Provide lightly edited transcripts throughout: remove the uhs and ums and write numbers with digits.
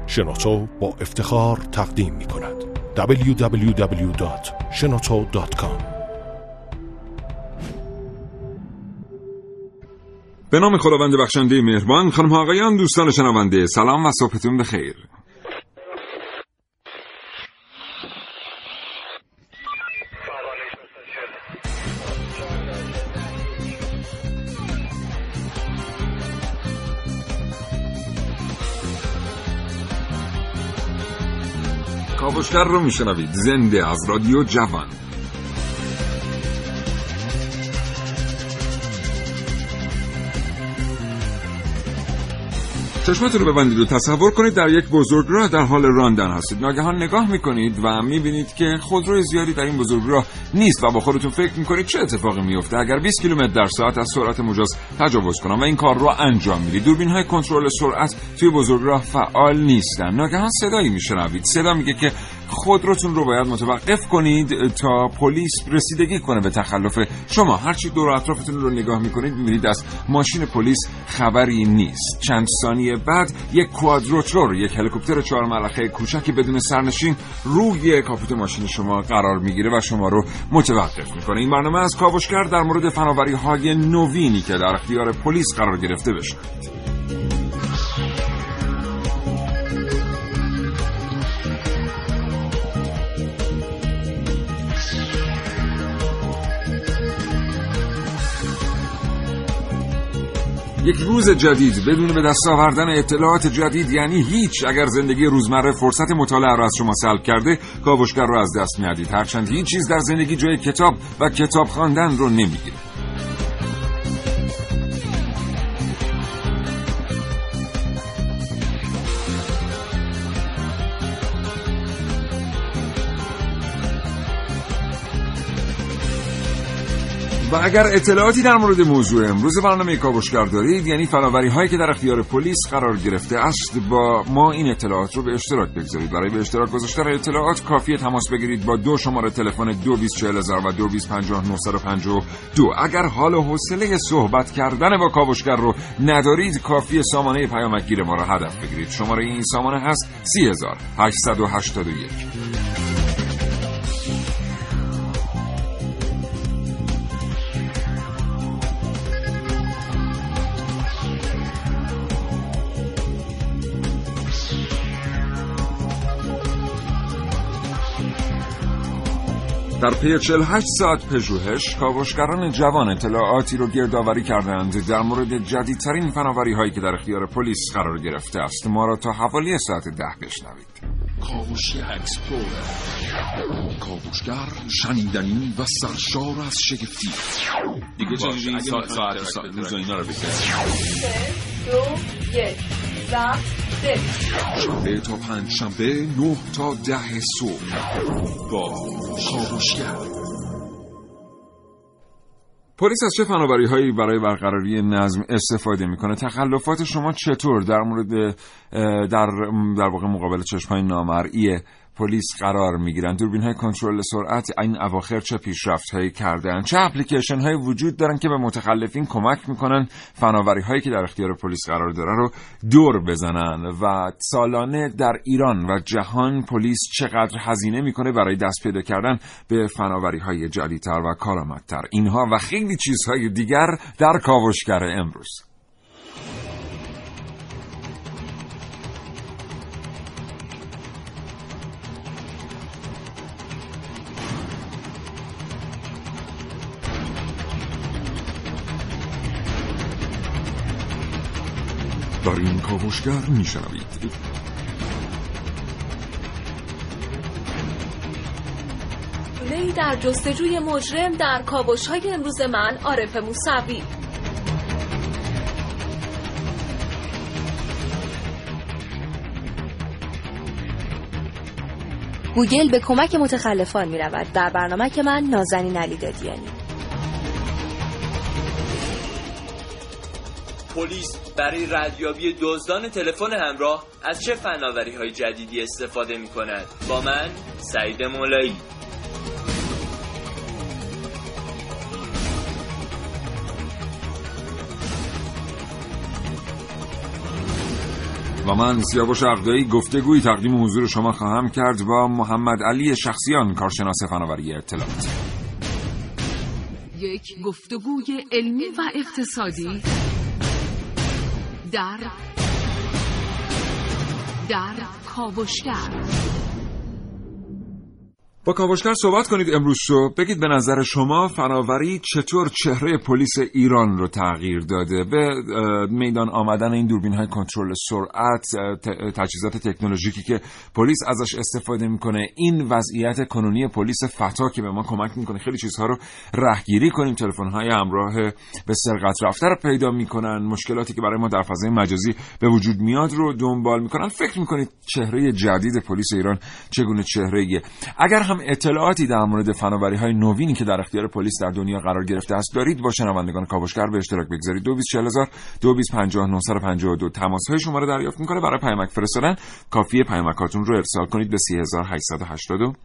شنوتو با افتخار تقدیم می کند. www.shenoto.com. به نام خداوند بخشنده مهربان. خانم ها آقایان، دوستان شنونده، سلام و صبحتون بخیر. کاوشگر رو میشنوید زنده از رادیو جوان. چشمتون رو ببندید و تصور کنید در یک بزرگراه در حال راندن هستید. ناگهان نگاه میکنید و میبینید که خودروی زیادی در این بزرگراه نیست و با خودتون فکر میکنید چه اتفاقی میفته اگر 20 کیلومتر در ساعت از سرعت مجاز تجاوز کنم و این کار رو انجام میدید. دوربین‌های کنترل سرعت توی بزرگراه فعال نیستن. ناگهان صدایی میشنوید. صدا میگه که خودروتون رو باید متوقف کنید تا پلیس رسیدگی کنه به تخلف شما. هرچی دور و اطرافتون رو نگاه میکنید میبینید از ماشین پلیس خبری نیست. چند ثانیه بعد یک کوادروتور، یک هلیکوپتر 4 ملخه کوچکی بدون سرنشین روی کاپوت ماشین شما قرار میگیره و شما رو متوقف میکنه. این برنامه از کاوشگر در مورد فناوری‌های نوینی که در اختیار پلیس قرار گرفته بشنوید. یک روز جدید بدون به دست آوردن اطلاعات جدید یعنی هیچ. اگر زندگی روزمره فرصت مطالعه را از شما سلب کرده، کاوشگر را از دست میدید. هرچند هیچ چیز در زندگی جای کتاب و کتاب خواندن رو نمیگیره. و اگر اطلاعاتی در مورد موضوع امروز برنامه کاوشگر دارید، یعنی فناوری‌هایی که در اختیار پلیس قرار گرفته است، با ما این اطلاعات رو به اشتراک بگذارید. برای به اشتراک گذاشتن اطلاعات کافیه تماس بگیرید با 2 شماره تلفن 224000 و 22500952. اگر حال و حوصله صحبت کردن با کاوشگر رو ندارید، کافیه سامانه پیامکگیر ما را هدف بگیرید. شماره این سامانه هست 30881. در پی 48 ساعت پژوهش، کاوشگران جوان اطلاعاتی رو گردآوری کردند در مورد جدیدترین فناوری‌هایی که در اختیار پلیس قرار گرفته است. ما را تا حوالی ساعت 10 بشنوید. کاوشگر اکسپلورر، کاوشگر شنیدنی و سرشار از شگفتی. دیگه چجوری این ساعت روز و اینا رو بگید؟ 3 2 1 شنبه تا پنج شنبه 9 تا 10 صبح با کاوشگر. پلیس از چه فناوری‌هایی برای برقراری نظم استفاده میکنه؟ تخلفات شما چطور در مورد در واقع مقابل چشم‌های نامرئی پلیس قرار میگیرن؟ دوربین‌های کنترل سرعت این اواخر چه پیشرفت‌هایی کردن؟ چه اپلیکیشن‌هایی وجود دارن که به متخلفین کمک میکنن فناوری‌هایی که در اختیار پلیس قرار داره رو دور بزنن؟ و سالانه در ایران و جهان پلیس چقدر هزینه میکنه برای دست پیدا کردن به فناوری‌های جدیدتر و کارآمدتر؟ اینها و خیلی چیزهای دیگر در کاوشگر امروز. در این کاوشگر میشنوید گونه‌ای در جستجوی مجرم در کاوش‌های امروز من، عارف موسوی. گوگل به کمک متخلفان می‌رود. در برنامه که من، نازنین علیدادیانی. پلیس برای ردیابی دزدان تلفن همراه از چه فناوری‌های جدیدی استفاده می‌کند؟ با من، سعید مولایی. و من سیاوش عقدایی گفتگویی تقدیم حضور شما خواهم کرد با محمد علی شخصیان، کارشناس فناوری اطلاعات. یک گفتگوی علمی و اقتصادی در کاوشگر. با کاوشگر صحبت کنید امروز صبح. بگید به نظر شما فناوری چطور چهره پلیس ایران رو تغییر داده؟ به میدان آمدن این دوربین‌های کنترل سرعت، تجهیزات تکنولوژیکی که پلیس ازش استفاده میکنه، این وضعیت کنونی پلیس فتا که به ما کمک میکنه خیلی چیزها رو رهگیری کنیم، تلفن‌های همراه به سرقت رفته رو پیدا میکنن، مشکلاتی که برای ما در فضای مجازی به وجود میاد رو دنبال میکنن. فکر میکنید چهره جدید پلیس ایران چگونه چهره‌ایه؟ اگر هم اطلاعاتی در مورد فناوری‌های نوینی که در اختیار پلیس در دنیا قرار گرفته است دارید، با شنوندگان کاوشگر به اشتراک بگذارید. 224000 225952 تماس‌های شما رو دریافت می‌کنه. برای پیامک فرستادن کافیه پیامکاتون رو ارسال کنید به 3881.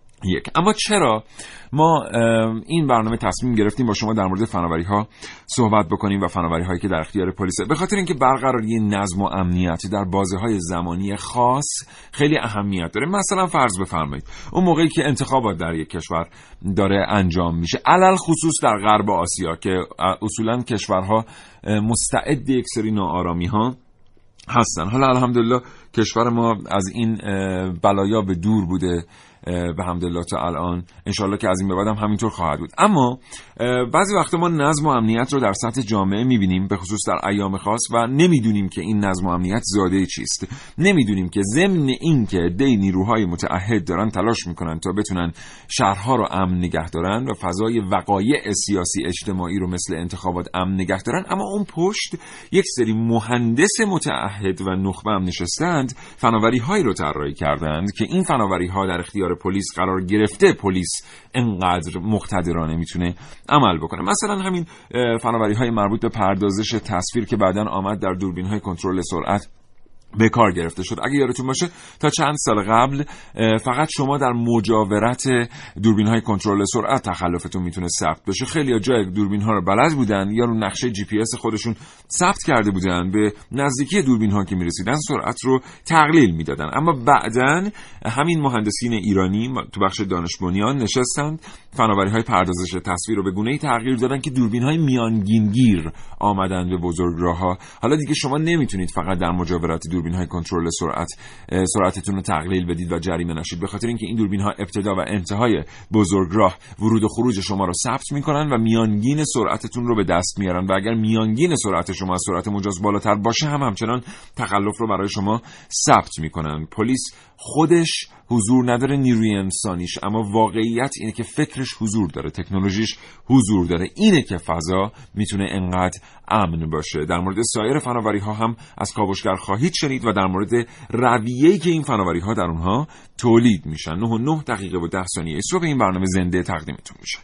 اما چرا ما این برنامه تصمیم گرفتیم با شما در مورد فناوری‌ها صحبت بکنیم و فناوری‌هایی که در اختیار پلیسه؟ به خاطر اینکه برقراری نظم و امنیت در بازه‌های زمانی خاص خیلی اهمیت داره. مثلا فرض بفرمایید اون موقعی که انتخابات در یک کشور داره انجام میشه، علل خصوص در غرب آسیا که اصولاً کشورها مستعد یک سری ناآرامی‌ها هستن. حالا الحمدلله کشور ما از این بلایا به دور بوده به حمدالله تا الان، انشالله که از این به بعد هم همینطور خواهد بود. اما بعضی وقتا ما نظم و امنیت رو در سطح جامعه میبینیم، به خصوص در ایام خاص، و نمیدونیم که این نظم و امنیت زاده چیست. نمیدونیم که ضمن این که دی نیروهای متعهد دارن تلاش میکنن تا بتونن شهرها رو امن نگه دارن و فضای وقایع سیاسی اجتماعی رو مثل انتخابات امن نگه دارن، اما اون پشت یک سری مهندس متعهد و نخبه هم نشستند، فناوری‌هایی رو طراحی کردند که این فناوری‌ها در اختیار پلیس قرار گرفته پلیس انقدر مقتدرانه میتونه عمل بکنه. مثلا همین فناوری‌های مربوط به پردازش تصویر که بعداً آمد در دوربین‌های کنترل سرعت به کار گرفته شد. اگه یادتون باشه تا چند سال قبل فقط شما در مجاورت دوربین‌های کنترل سرعت تخلفتون میتونه ثبت بشه. خیلی‌ها جای دوربین‌ها رو بلد بودن یا رو نقشه جی پی اس خودشون ثبت کرده بودن، به نزدیکی دوربین‌ها که میرسیدن سرعت رو تقلیل میدادن. اما بعداً همین مهندسین ایرانی تو بخش دانش بنیان نشستند، فناوری‌های پردازش تصویر رو به گونه‌ای تغییر دادن که دوربین‌های میانگینگیر آمدن به بزرگراه‌ها. حالا دیگه شما نمیتونید فقط در مجاورت دوربین‌های کنترل سرعتتون رو تقلیل بدید و جریمه نشید، به خاطر اینکه این دوربین‌ها ابتدا و انتهای بزرگراه ورود و خروج شما رو ثبت می‌کنن و میانگین سرعتتون رو به دست میارن و اگر میانگین سرعت شما از سرعت مجاز بالاتر باشه همچنان تخلف رو برای شما ثبت می‌کنن. پلیس خودش حضور نداره، نیروی انسانیش، اما واقعیت اینه که فکرش حضور داره، تکنولوژیش حضور داره. اینه که فضا میتونه انقدر امن باشه. در مورد سایر فناوری‌ها هم از کاوشگر خواهید شنید و در مورد رویه‌ای که این فناوری‌ها در اونها تولید میشن. 9:09 و 10 ثانیه صبح این برنامه زنده تقدیمتون میشه.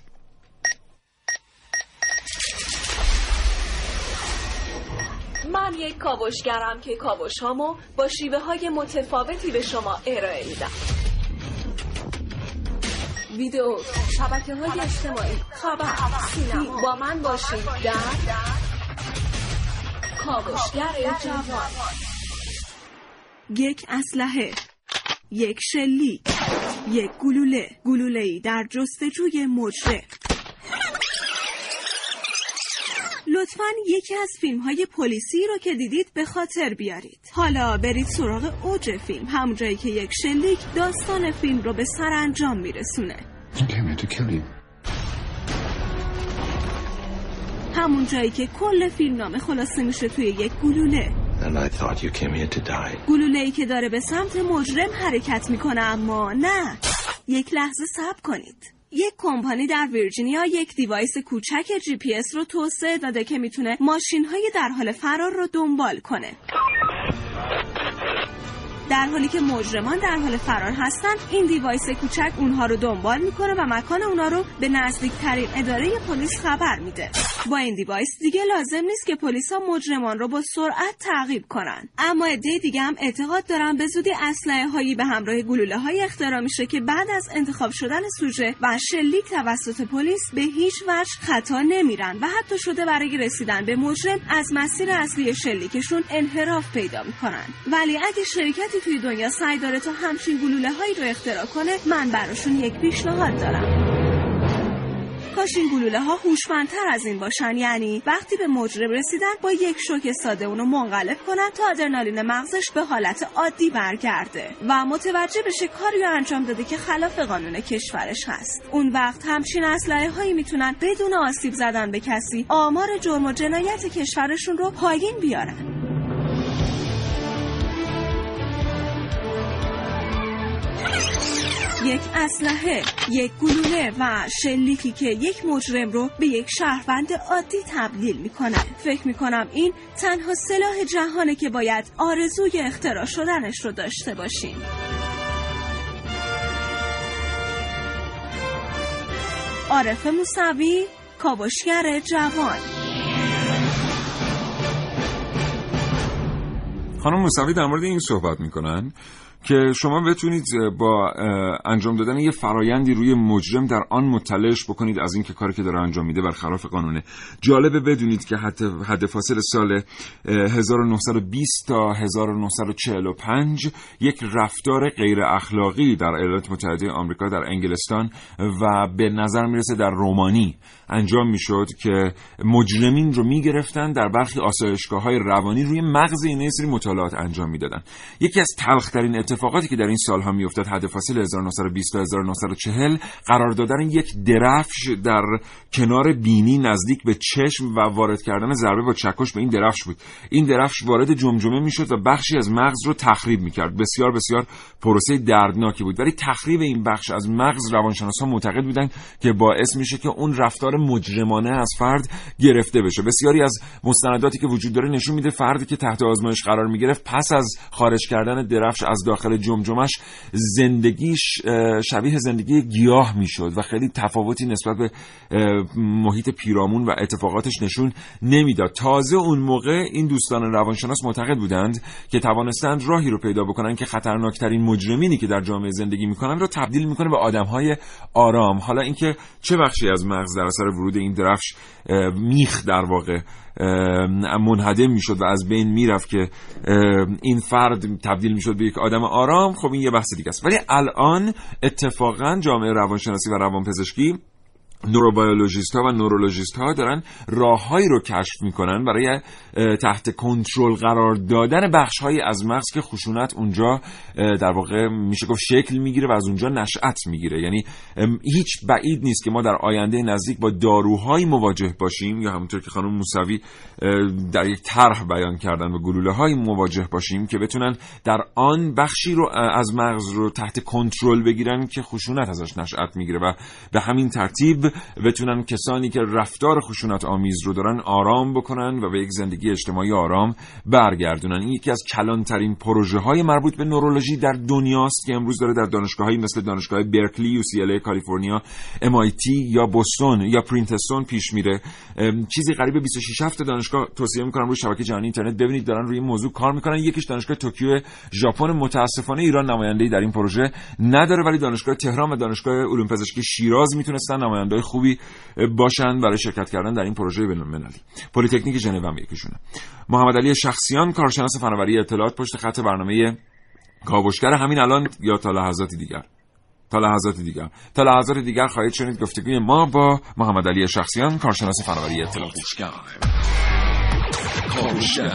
من یک کاوشگرم که کاوش‌هامو با شیوه‌های متفاوتی به شما ارائه میدم. ویدیو، شبکه‌های اجتماعی، خبر، سینما. با من باشید در کاوشگر جوان. یک اسلحه، یک شلیک، یک گلوله‌ای در جستجوی مجرم. لطفاً یکی از فیلم‌های پلیسی رو که دیدید به خاطر بیارید. حالا برید سراغ اوج فیلم، همون جایی که یک شلیک داستان فیلم رو به سرانجام میرسونه. همون جایی که کل فیلمنامه خلاصه میشه توی یک گلوله. گلوله‌ای که داره به سمت مجرم حرکت میکنه، اما نه. یک لحظه صبر کنید. یک کمپانی در ویرجینیا یک دیوایس کوچک جی پی اس رو توسعه داده که میتونه ماشین‌های در حال فرار رو دنبال کنه. در حالی که مجرمان در حال فرار هستن، این دیوایس کوچک اونها رو دنبال میکنه و مکان اونها رو به نزدیکترین اداره پلیس خبر میده. با این دیوایس دیگه لازم نیست که پلیسا مجرمان رو با سرعت تعقیب کنن. اما عده دیگه هم اعتقاد دارن به زودی اسلحه‌هایی به همراه گلوله‌های اختراع میشه که بعد از انتخاب شدن سوژه و شلیک توسط پلیس به هیچ وجه خطا نمیرن و حتی شده برای رسیدن به مجرم از مسیر اصلی شلیکشون انحراف پیدا میکنن. ولی اگه شرکتی توی دنیا سعی داره تا همچین گلوله‌هایی رو اختراع کنه، من براشون یک پیشنهاد دارم. کاش این گلوله‌ها هوشمندتر از این باشن، یعنی وقتی به مجرم رسیدن با یک شوک ساده اونو منقلب کنن تا آدرنالین مغزش به حالت عادی برگرده و متوجه بشه کاری رو انجام داده که خلاف قانون کشورش هست. اون وقت همچین اسلحه‌هایی میتونن بدون آسیب زدن به کسی آمار جرم و جنایت کشورشون رو پایین بیارن. یک اسلحه، یک گلوله و شلیکی که یک مجرم رو به یک شهروند عادی تبدیل میکنه. فکر میکنم این تنها سلاح جهانه که باید آرزوی اختراع شدنش رو داشته باشیم. عارف موسوی، کاوشگر جوان. خانم موسوی در مورد این صحبت میکنن که شما بتونید با انجام دادن یه فرایندی روی مجرم در آن مطلعش بکنید از این که کاری که داره انجام میده برخلاف قانونه. جالبه بدونید که حد فاصل سال 1920 تا 1945 یک رفتار غیر اخلاقی در ایالات متحده آمریکا در انگلستان و به نظر میرسه در رومانی انجام میشد که مجرمین رو میگرفتن در برخی آسایشگاه‌های روانی روی مغز اینا یه سری مطالعات انجام میدادن. یکی از تلخ‌ترین اتفاقاتی که در این سالها میافتاد حد فاصل 1920 تا 1940 قرار دادن یک درفش در کنار بینی نزدیک به چشم و وارد کردن ضربه با چکش به این درفش بود. این درفش وارد جمجمه میشد و بخشی از مغز رو تخریب میکرد. بسیار بسیار پروسه دردناکی بود. ولی تخریب این بخش از مغز روانشناسا معتقد بودن که باعث میشه که اون رفتار مجرمانه از فرد گرفته بشه. بسیاری از مستنداتی که وجود داره نشون میده فردی که تحت آزمایش قرار میگرفت پس از خارج کردن درفش از داخل جمجمش زندگیش شبیه زندگی گیاه میشد و خیلی تفاوتی نسبت به محیط پیرامون و اتفاقاتش نشون نمیداد. تازه اون موقع این دوستان روانشناس معتقد بودند که توانستند راهی رو پیدا بکنن که خطرناکترین مجرمینی که در جامعه زندگی میکنن رو تبدیل میکنه به آدمهای آرام. حالا اینکه چه بخشی از مغز در اثر ورود این درفش میخ در واقع منهدم میشد و از بین میرفت که این فرد تبدیل میشد به یک آدم آرام، خب این یه بحث دیگه است. ولی الان اتفاقا جامعه روانشناسی و روانپزشکی، نوروبیولوژیست ها و نورولوژیست ها دارن راههایی رو کشف میکنن برای تحت کنترل قرار دادن بخشهایی از مغز که خشونت اونجا در واقع میشه گفت شکل میگیره و از اونجا نشأت میگیره. یعنی هیچ بعید نیست که ما در آینده نزدیک با داروهایی مواجه باشیم یا همونطور که خانم موسوی در یک طرح بیان کردن و گلوله‌هایی مواجه باشیم که بتونن در آن بخشی رو از مغز رو تحت کنترل بگیرن که خشونت ازش نشأت میگیره و به همین ترتیب بتونن کسانی که رفتار خشونت آمیز رو دارن آرام بکنن و به یک زندگی اجتماعی آرام برگردونن. این یکی از کلانترین پروژه های مربوط به نورولوژی در دنیاست که امروز داره در دانشگاه‌هایی مثل دانشگاه برکلی، UCLA کالیفرنیا، MIT یا بوستون یا پرینستون پیش میره. چیزی قریب 26 تا دانشگاه توصیه میکنم روی شبکه جهانی اینترنت ببینید دارن روی این موضوع کار میکنن. یکیش دانشگاه توکیو ژاپن. متاسفانه ایران نماینده‌ای در این پروژه نداره، ولی دانشگاه تهران و دانشگاه علوم پزشکی شیراز میتونستن نماینده خوبی باشن برای شرکت کردن در این پروژه بین‌المللی. پلی‌تکنیک ژنو هم یکیشونه. محمد علی شخصیان، کارشناس فناوری اطلاعات، پشت خط برنامه کاوشگر همین الان یا تا لحظاتی دیگر خواهید شنید گفتگوی ما با محمد علی شخصیان، کارشناس فناوری اطلاعات. کاوشگر.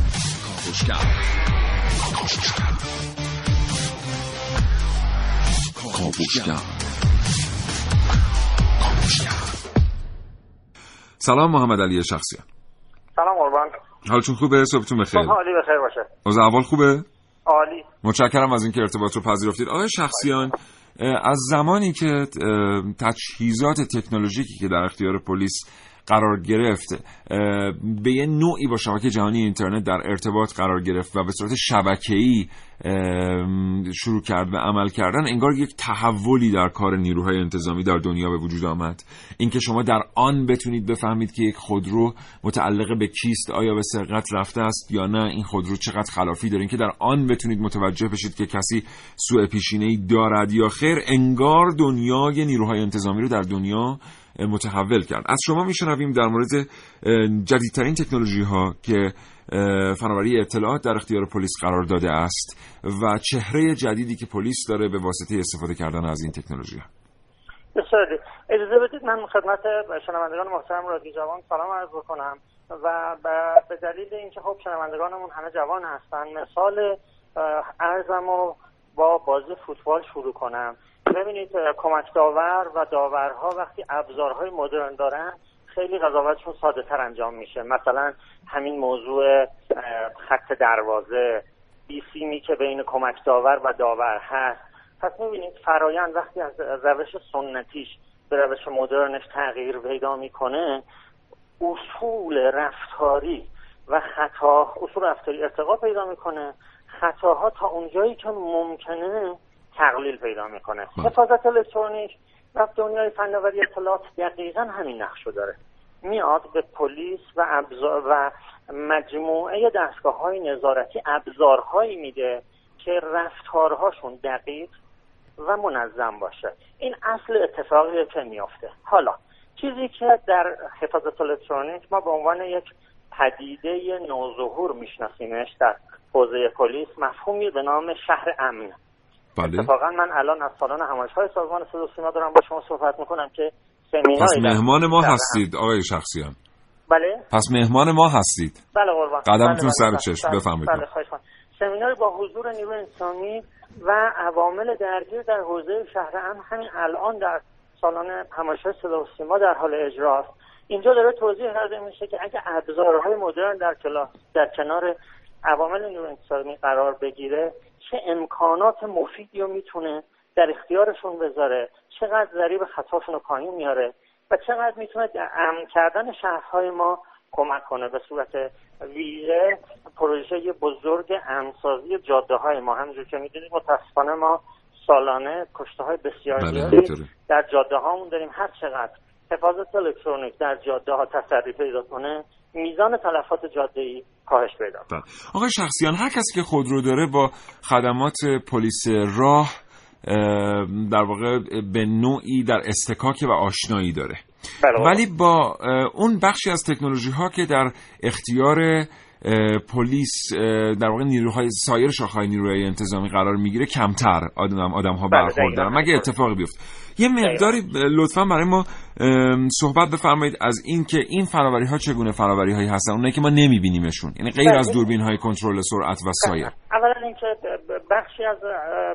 سلام محمد علی شخصیان. سلام قربان. حالتون خوبه؟ صبحتون بخیر. صبح عالی بخیر باشه. اوضاع احوال خوبه؟ عالی. متشکرم از اینکه ارتباط رو پذیرفتید. آقای شخصیان، از زمانی که تجهیزات تکنولوژیکی که در اختیار پلیس قرار گرفت به یه نوعی با شبکه جهانی اینترنت در ارتباط قرار گرفت و به صورت شبکه‌ای شروع کرد به عمل کردن، انگار یک تحولی در کار نیروهای انتظامی در دنیا به وجود آمد. اینکه شما در آن بتونید بفهمید که یک خودرو متعلق به کیست، آیا به سرقت رفته است یا نه، این خودرو چقدر خلافی داره، اینکه در آن بتونید متوجه بشید که کسی سوء پیشینه‌ای دارد یا خیر، انگار دنیای نیروهای انتظامی رو در دنیا متحول کرد. از شما میشنویم در مورد جدیدترین تکنولوژی ها که فناوری اطلاعات در اختیار پلیس قرار داده است و چهره جدیدی که پلیس داره به واسطه استفاده کردن از این تکنولوژی ها. بسیار اجازه بدید من خدمت شنوندگان محترم رادیو جوان سلام عرض بکنم و به دلیل اینکه خب شنوندگانمون همه جوان هستن، مثال عرضمو با بازی فوتبال شروع کنم. ببینید کمک داور و داورها وقتی ابزارهای مدرن دارن خیلی قضاوتشون ساده تر انجام میشه. مثلا همین موضوع خط دروازه، بیسیمی که بین کمک داور و داور هست. پس میبینید فرایند وقتی از روش سنتیش به روش مدرنش تغییر پیدا میکنه، اصول رفتاری و اصول رفتاری ارتقا پیدا میکنه، خطاها تا اونجایی که ممکنه تقلیل پیدا میکنه. حفاظت الکترونیک و دنیای فناوری اطلاعات دقیقاً همین نقشو داره. میاد به پلیس و مجموعه دستگاه‌های نظارتی ابزارهایی میده که رفتارهاشون دقیق و منظم باشه. این اصل اتفاقیه که میافته. حالا چیزی که در حفاظت الکترونیک ما به عنوان یک پدیده نوظهور میشناسیمش در حوزه پلیس، مفهومی به نام شهر امن. بله. اتفاقا من الان از سالن همایش‌های سازمان صدا و سیما دارم با شما صحبت میکنم که پس مهمان ما هستید آقای شخصیان. بله. پس مهمان ما هستید. بله قربان. قدمتون سر چشم، بفرمایید. بله خواهش می‌کنم. سمیناری با حضور نیروی انسانی و عوامل درگیر در حوزه شهر امن همین الان در سالن همایش‌های صدا و سیما در حال اجراست. اینجا داره توضیح داده میشه که اگه ابزارهای مدرن در کنار عوامل نیروی انسانی قرار بگیره، چه امکانات مفیدی رو میتونه در اختیارشون بذاره، چقدر ضریب خطاشون رو پایین میاره و چقدر میتونه در امن کردن شهرهای ما کمک کنه. به صورت ویژه پروژه بزرگ امن‌سازی جاده‌های ما، همونجور که میدونید متاسفانه ما سالانه کشته‌های بسیار زیادی در جاده‌هامون داریم. هر چقدر حفاظت الکترونیک در جاده‌ها تسری پیدا کنه، میزان تلفات جاده‌ای کاهش پیدا کنه. آقای شخصیان، هر کسی که خودرو داره با خدمات پلیس راه در واقع به نوعی در استکاک و آشنایی داره. ولی با اون بخشی از تکنولوژی ها که در اختیار پلیس در واقع نیروهای سایر شاخه‌های نیروهای انتظامی قرار میگیره کمتر آدم ها برخورد دارن. مگه اتفاقی بیفته یه مقداری لطفاً برای ما صحبت بفرمایید از این که این فناوری ها چگونه فناوری هایی هستن، اونایی که ما نمیبینیمشون، یعنی غیر از دوربین های کنترل سرعت و سایر. اولا اینکه بخشی از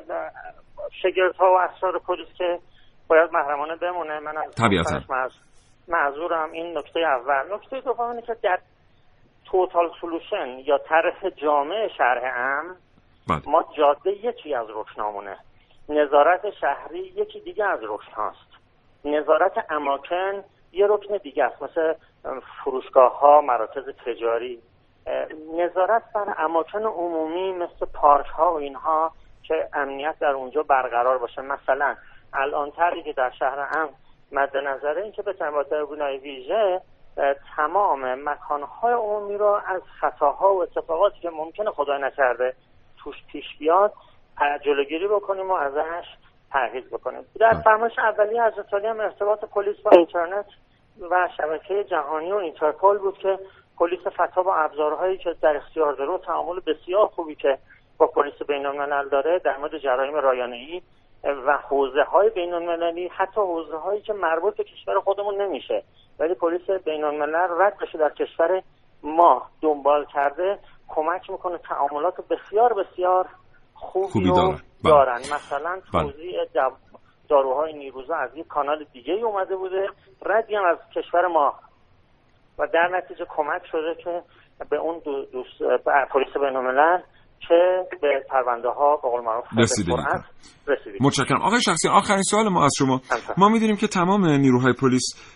شگفت‌ها و اسرار پلیس که باید محرمانه بمونه، من طبیعتاً معذورم. این نکته اول. نکته دوم اینه که در توتال سولوشن یا طرح جامع شهر امن ما جاده یکی از رکنامونه، نظارت شهری یکی دیگه از رکناست، نظارت اماکن یه رکن دیگه است، مثل فروشگاه‌ها، مراکز تجاری. نظارت بر اماکن عمومی مثل پارک‌ها و اینها که امنیت در اونجا برقرار باشه. مثلا الان طرحی که در شهر امن مد نظره این که به گونه‌های ویژه تمام مکانهای عمومی رو از خطاها و اتفاقاتی که ممکنه خدای نکرده توش پیش بیاد جلوگیری بکنیم و ازش پرهیز بکنیم. در فرمایش اولیه حضرت عالی هم ارتباط پلیس با اینترنت و شبکه جهانی و اینترپول بود که پلیس فتا با ابزارهایی که در اختیار داره و تعامل بسیار خوبی که با پلیس بین‌الملل داره در مورد جرایم رایانه‌ای و حوزه‌های بین‌المللی، حتی حوزه‌هایی که مربوط به کشور خودمون نمیشه ولی پلیس بین‌الملل رد بشه در کشور ما دنبال کرده، کمک میکنه. تعاملات بسیار بسیار خوبی رو دارن. مثلا توزیع داروهای نیروزا از یک کانال دیگه اومده بوده، ردی هم از کشور ما و در نتیجه کمک شده که به اون پلیس بین‌الملل که به پرونده ها به قول معروف رسیدید. متشکرم. آقای شخصی، آخرین سوال ما از شما. ما می‌دونیم که تمام نیروهای پلیس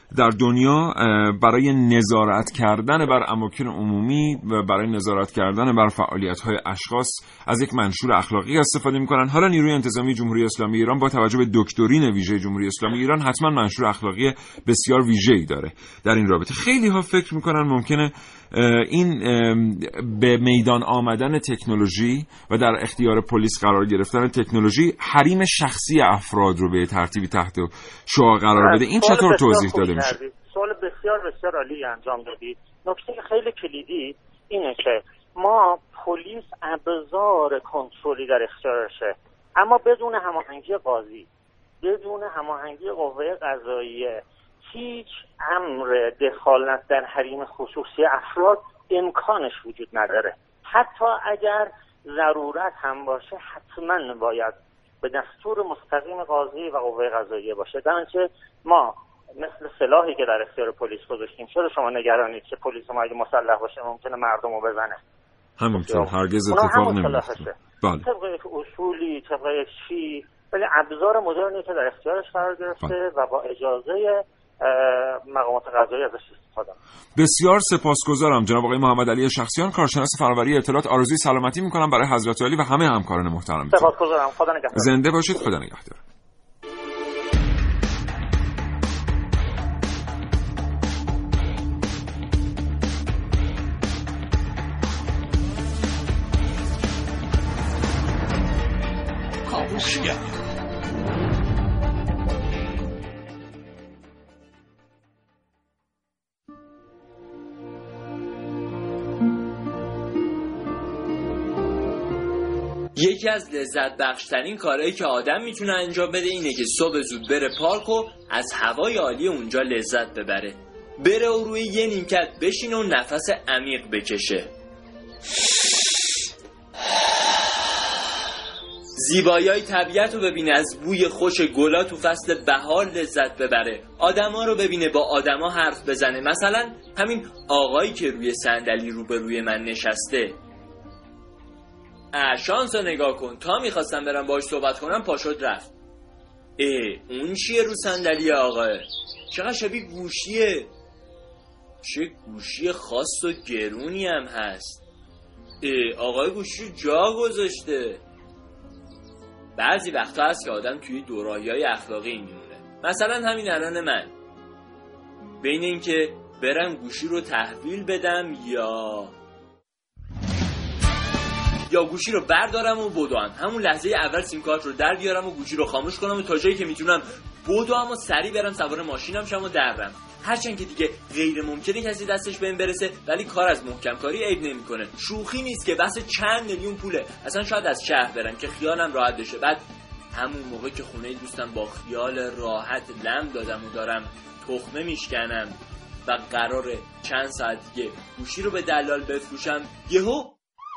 در دنیا برای نظارت کردن بر اماکن عمومی و برای نظارت کردن بر فعالیت‌های اشخاص از یک منشور اخلاقی استفاده می‌کنن. حالا نیروی انتظامی جمهوری اسلامی ایران با توجه به دکترین ویژه جمهوری اسلامی ایران حتما منشور اخلاقی بسیار ویژه‌ای داره در این رابطه. خیلی‌ها فکر می‌کنن ممکنه این به میدان آمدن تکنولوژی و در اختیار پلیس قرار گرفتن تکنولوژی حریم شخصی افراد رو به ترتیبی تحت شعاع قرار بده. این چطور توضیح داده میشه؟ سوال بسیار بسیار عالی انجام دادید. نکته خیلی کلیدی اینه که ما پلیس ابزار کنترلی در اختیارشه، اما بدون هماهنگی قاضی، بدون هماهنگی قوه قضاییه، هیچ امر دخالت در حریم خصوصی افراد امکانش وجود نداره. حتی اگر ضرورت هم باشه حتما باید به دستور مستقیم قاضی و قوه قضاییه باشه. درنچه ما مثل سلاحی که در اختیار پلیس گذاشتیم، چرا شما نگرانید که پلیس ما اگه مسلح باشه ممکنه مردم رو بزنه؟ همینطور هرگز اتفاق نمیفته. بله. طبق یک اصولی، طبق یک چی، ولی ابزار مدرنی که در اختیارش قرار گرفته و با اجازه مقامات قضایی ازش استفاده. بسیار سپاسگزارم جناب آقای محمد علی شخصیان، کارشناس فناوری اطلاعات. آرزوی سلامتی میکنم برای حضرت علی و همه همکاران محترم. سپاسگزارم. خدا نگهدار. زنده باشید. خدا نگهدار. یکی از لذت بخشترین کارهایی که آدم میتونه انجام بده اینه که صبح زود بره پارک و از هوای عالی اونجا لذت ببره. بره و روی یه نیمکت بشینه و نفس عمیق بکشه. زیبایی‌های طبیعت رو ببینه، از بوی خوش گلا تو فصل بهار لذت ببره. آدما رو ببینه، با آدما حرف بزنه. مثلا همین آقایی که روی صندلی روبروی من نشسته. شانس رو نگاه کن، تا میخواستم برم باهاش صحبت کنم پاشد رفت. اون چیه رو صندلی آقاه؟ چقدر شبیه گوشیه. چه گوشی خاص و گرونی هم هست. آقای گوشی جا گذاشته. بعضی وقتا هست که آدم توی دورایی‌های اخلاقی میمونه. مثلا همین الان من بین این که برم گوشی رو تحویل بدم یا گوشی رو بردارم و بدوم، همون لحظه اول سیم کارت رو در بیارم و گوشی رو خاموش کنم و تا جایی که میتونم بدوم و سریع برم سوار ماشینم شم و درم. هرچند که دیگه غیر ممکنه کسی دستش به این برسه، ولی کار از محکم کاری عیب نمیکنه. شوخی نیست که بس چند میلیون پوله. اصلا شاید از شهر برم که خیالم راحت بشه. بعد همون موقع که خونه دوستم با خیال راحت لم دادم و دارم تخمه میشکنم و قراره چند ساعت دیگه گوشی رو به دلال بفروشم، یهو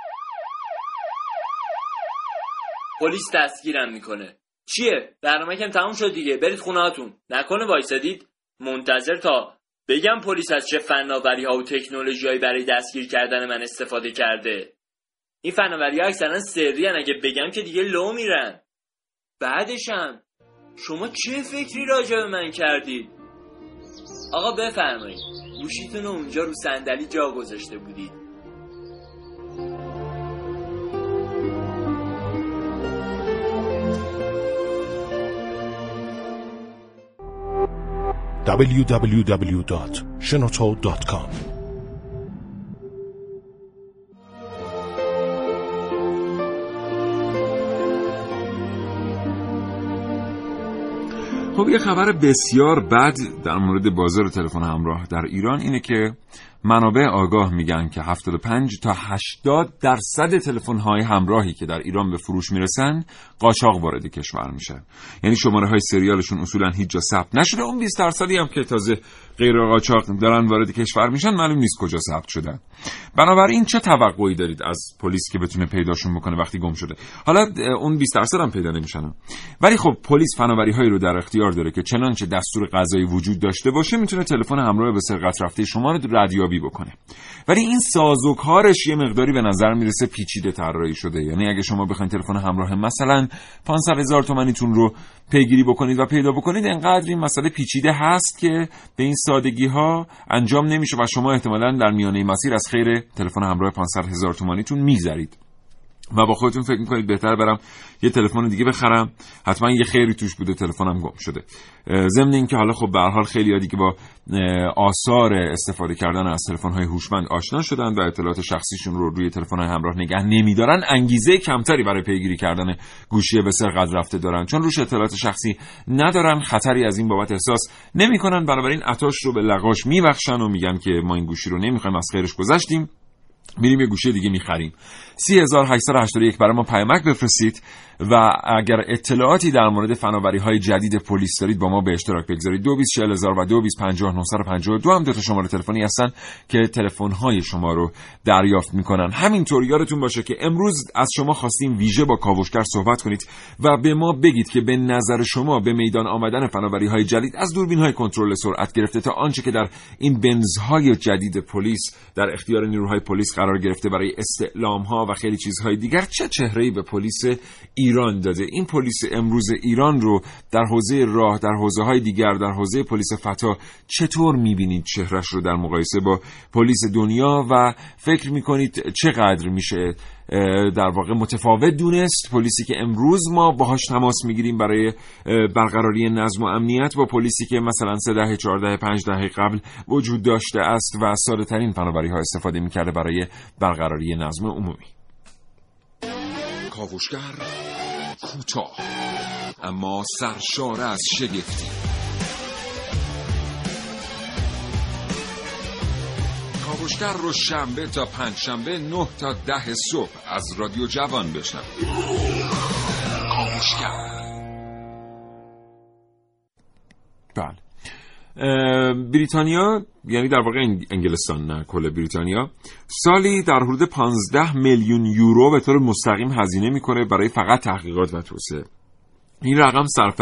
پلیس دستگیرم میکنه. چیه؟ برنامه‌کم تموم شد دیگه، برید خونه هاتون. نکنه وایسادید منتظر تا بگم پلیس از چه فناوری‌ها و تکنولوژی‌هایی برای دستگیر کردن من استفاده کرده. این فناوری‌ها اکثرا سری ان، اگه بگم که دیگه لو میرن. بعدشم شما چه فکری راجع به من کردید؟ آقا بفرمایید، گوشیتون رو اونجا رو صندلی جا گذاشته بودید. www.shenoto.com خب یه خبر بسیار بد در مورد بازار تلفن همراه در ایران اینه که منابع آگاه میگن که 75 تا 80% تلفن‌های همراهی که در ایران به فروش میرسن قاچاق وارد کشور میشه. یعنی شماره‌های سریالشون اصولا هیچ جا ثبت نشده. اون 20% هم که تازه غیر قاچاق دارن وارد کشور میشن معلوم نیست کجا ثبت شدن. بنابراین چه توقعی دارید از پلیس که بتونه پیداشون بکنه وقتی گم شده؟ حالا اون 20% هم پیدا نمیشن، ولی خب پلیس فناوری‌هایی رو در اختیار داره که چنانچه دستور قضایی وجود داشته باشه میتونه تلفن همراه به سرقت رفته شما رو ردیابی ارزیابی بکنه. ولی این سازوکارش یه مقداری به نظر میرسه پیچیده طراحی شده. یعنی اگه شما بخواید تلفن همراه مثلا 500,000 تومانیتون رو پیگیری بکنید و پیدا بکنید، انقدر این مسئله پیچیده هست که به این سادگی ها انجام نمیشه و شما احتمالاً در میانه مسیر از خیر تلفن همراه 500,000 تومانیتون میذارید و با خودتون فکر میکنید بهتر برم یه تلفن دیگه بخرم، حتما یه خیری توش بوده، تلفنم گم شده. ضمن این که حالا خب به هر حال خیلی‌ها دیگه با آثار استفاده کردن از تلفن‌های هوشمند آشنا شدن و اطلاعات شخصیشون رو روی تلفن‌های همراه نگه نمی‌دارن، انگیزه کمتری برای پیگیری کردن گوشی به سرقت رفته دارن، چون روش اطلاعات شخصی ندارن، خطری از این بابت احساس نمی‌کنن، بنابراین عطاش رو به لغاش میبخشن و میگن که ما این گوشی رو نمی‌خوایم، از خیرش گذشتیم، میریم یه گوشی دیگه می‌خریم. 3881 برای ما پیامک بفرستید و اگر اطلاعاتی در مورد فناوری‌های جدید پلیس دارید با ما به اشتراک بگذارید. 224000 و 22500952 هم دو تا شماره تلفنی هستن که تلفن‌های شما رو دریافت می‌کنن. همینطور یادتون باشه که امروز از شما خواستیم ویژه با کاوشگر صحبت کنید و به ما بگید که به نظر شما به میدان آمدن فناوری‌های جدید از دوربین‌های کنترل سرعت گرفته تا آنچه که در این بنزهای جدید پلیس در اختیار نیروهای پلیس قرار گرفته برای استعلام‌ها و خیلی چیزهای دیگر، چه چهره‌ای به پلیس ایران داده. این پلیس امروز ایران رو در حوزه راه، در حوزه‌های دیگر، در حوزه پلیس فتا چطور می‌بینید چهرهش رو در مقایسه با پلیس دنیا و فکر می‌کنید چقدر میشه در واقع متفاوت دونست پلیسی که امروز ما باهاش تماس میگیریم برای برقراری نظم و امنیت با پلیسی که مثلا 3 دهه 4 دهه 5 دهه قبل وجود داشته است و ساده‌ترین فناوری‌ها استفاده می‌کرده برای برقراری نظم عمومی. کاوشگر کوتاه اما سرشار از شگفتی. کاوشگر رو شنبه تا پنجشنبه 9 تا 10 صبح از رادیو جوان بشنوید. کاوشگر. بله. بریتانیا، یعنی در واقع انگلستان، نه کل بریتانیا، سالی در حدود 15 میلیون یورو به طور مستقیم هزینه میکنه برای فقط تحقیقات و توسعه. این رقم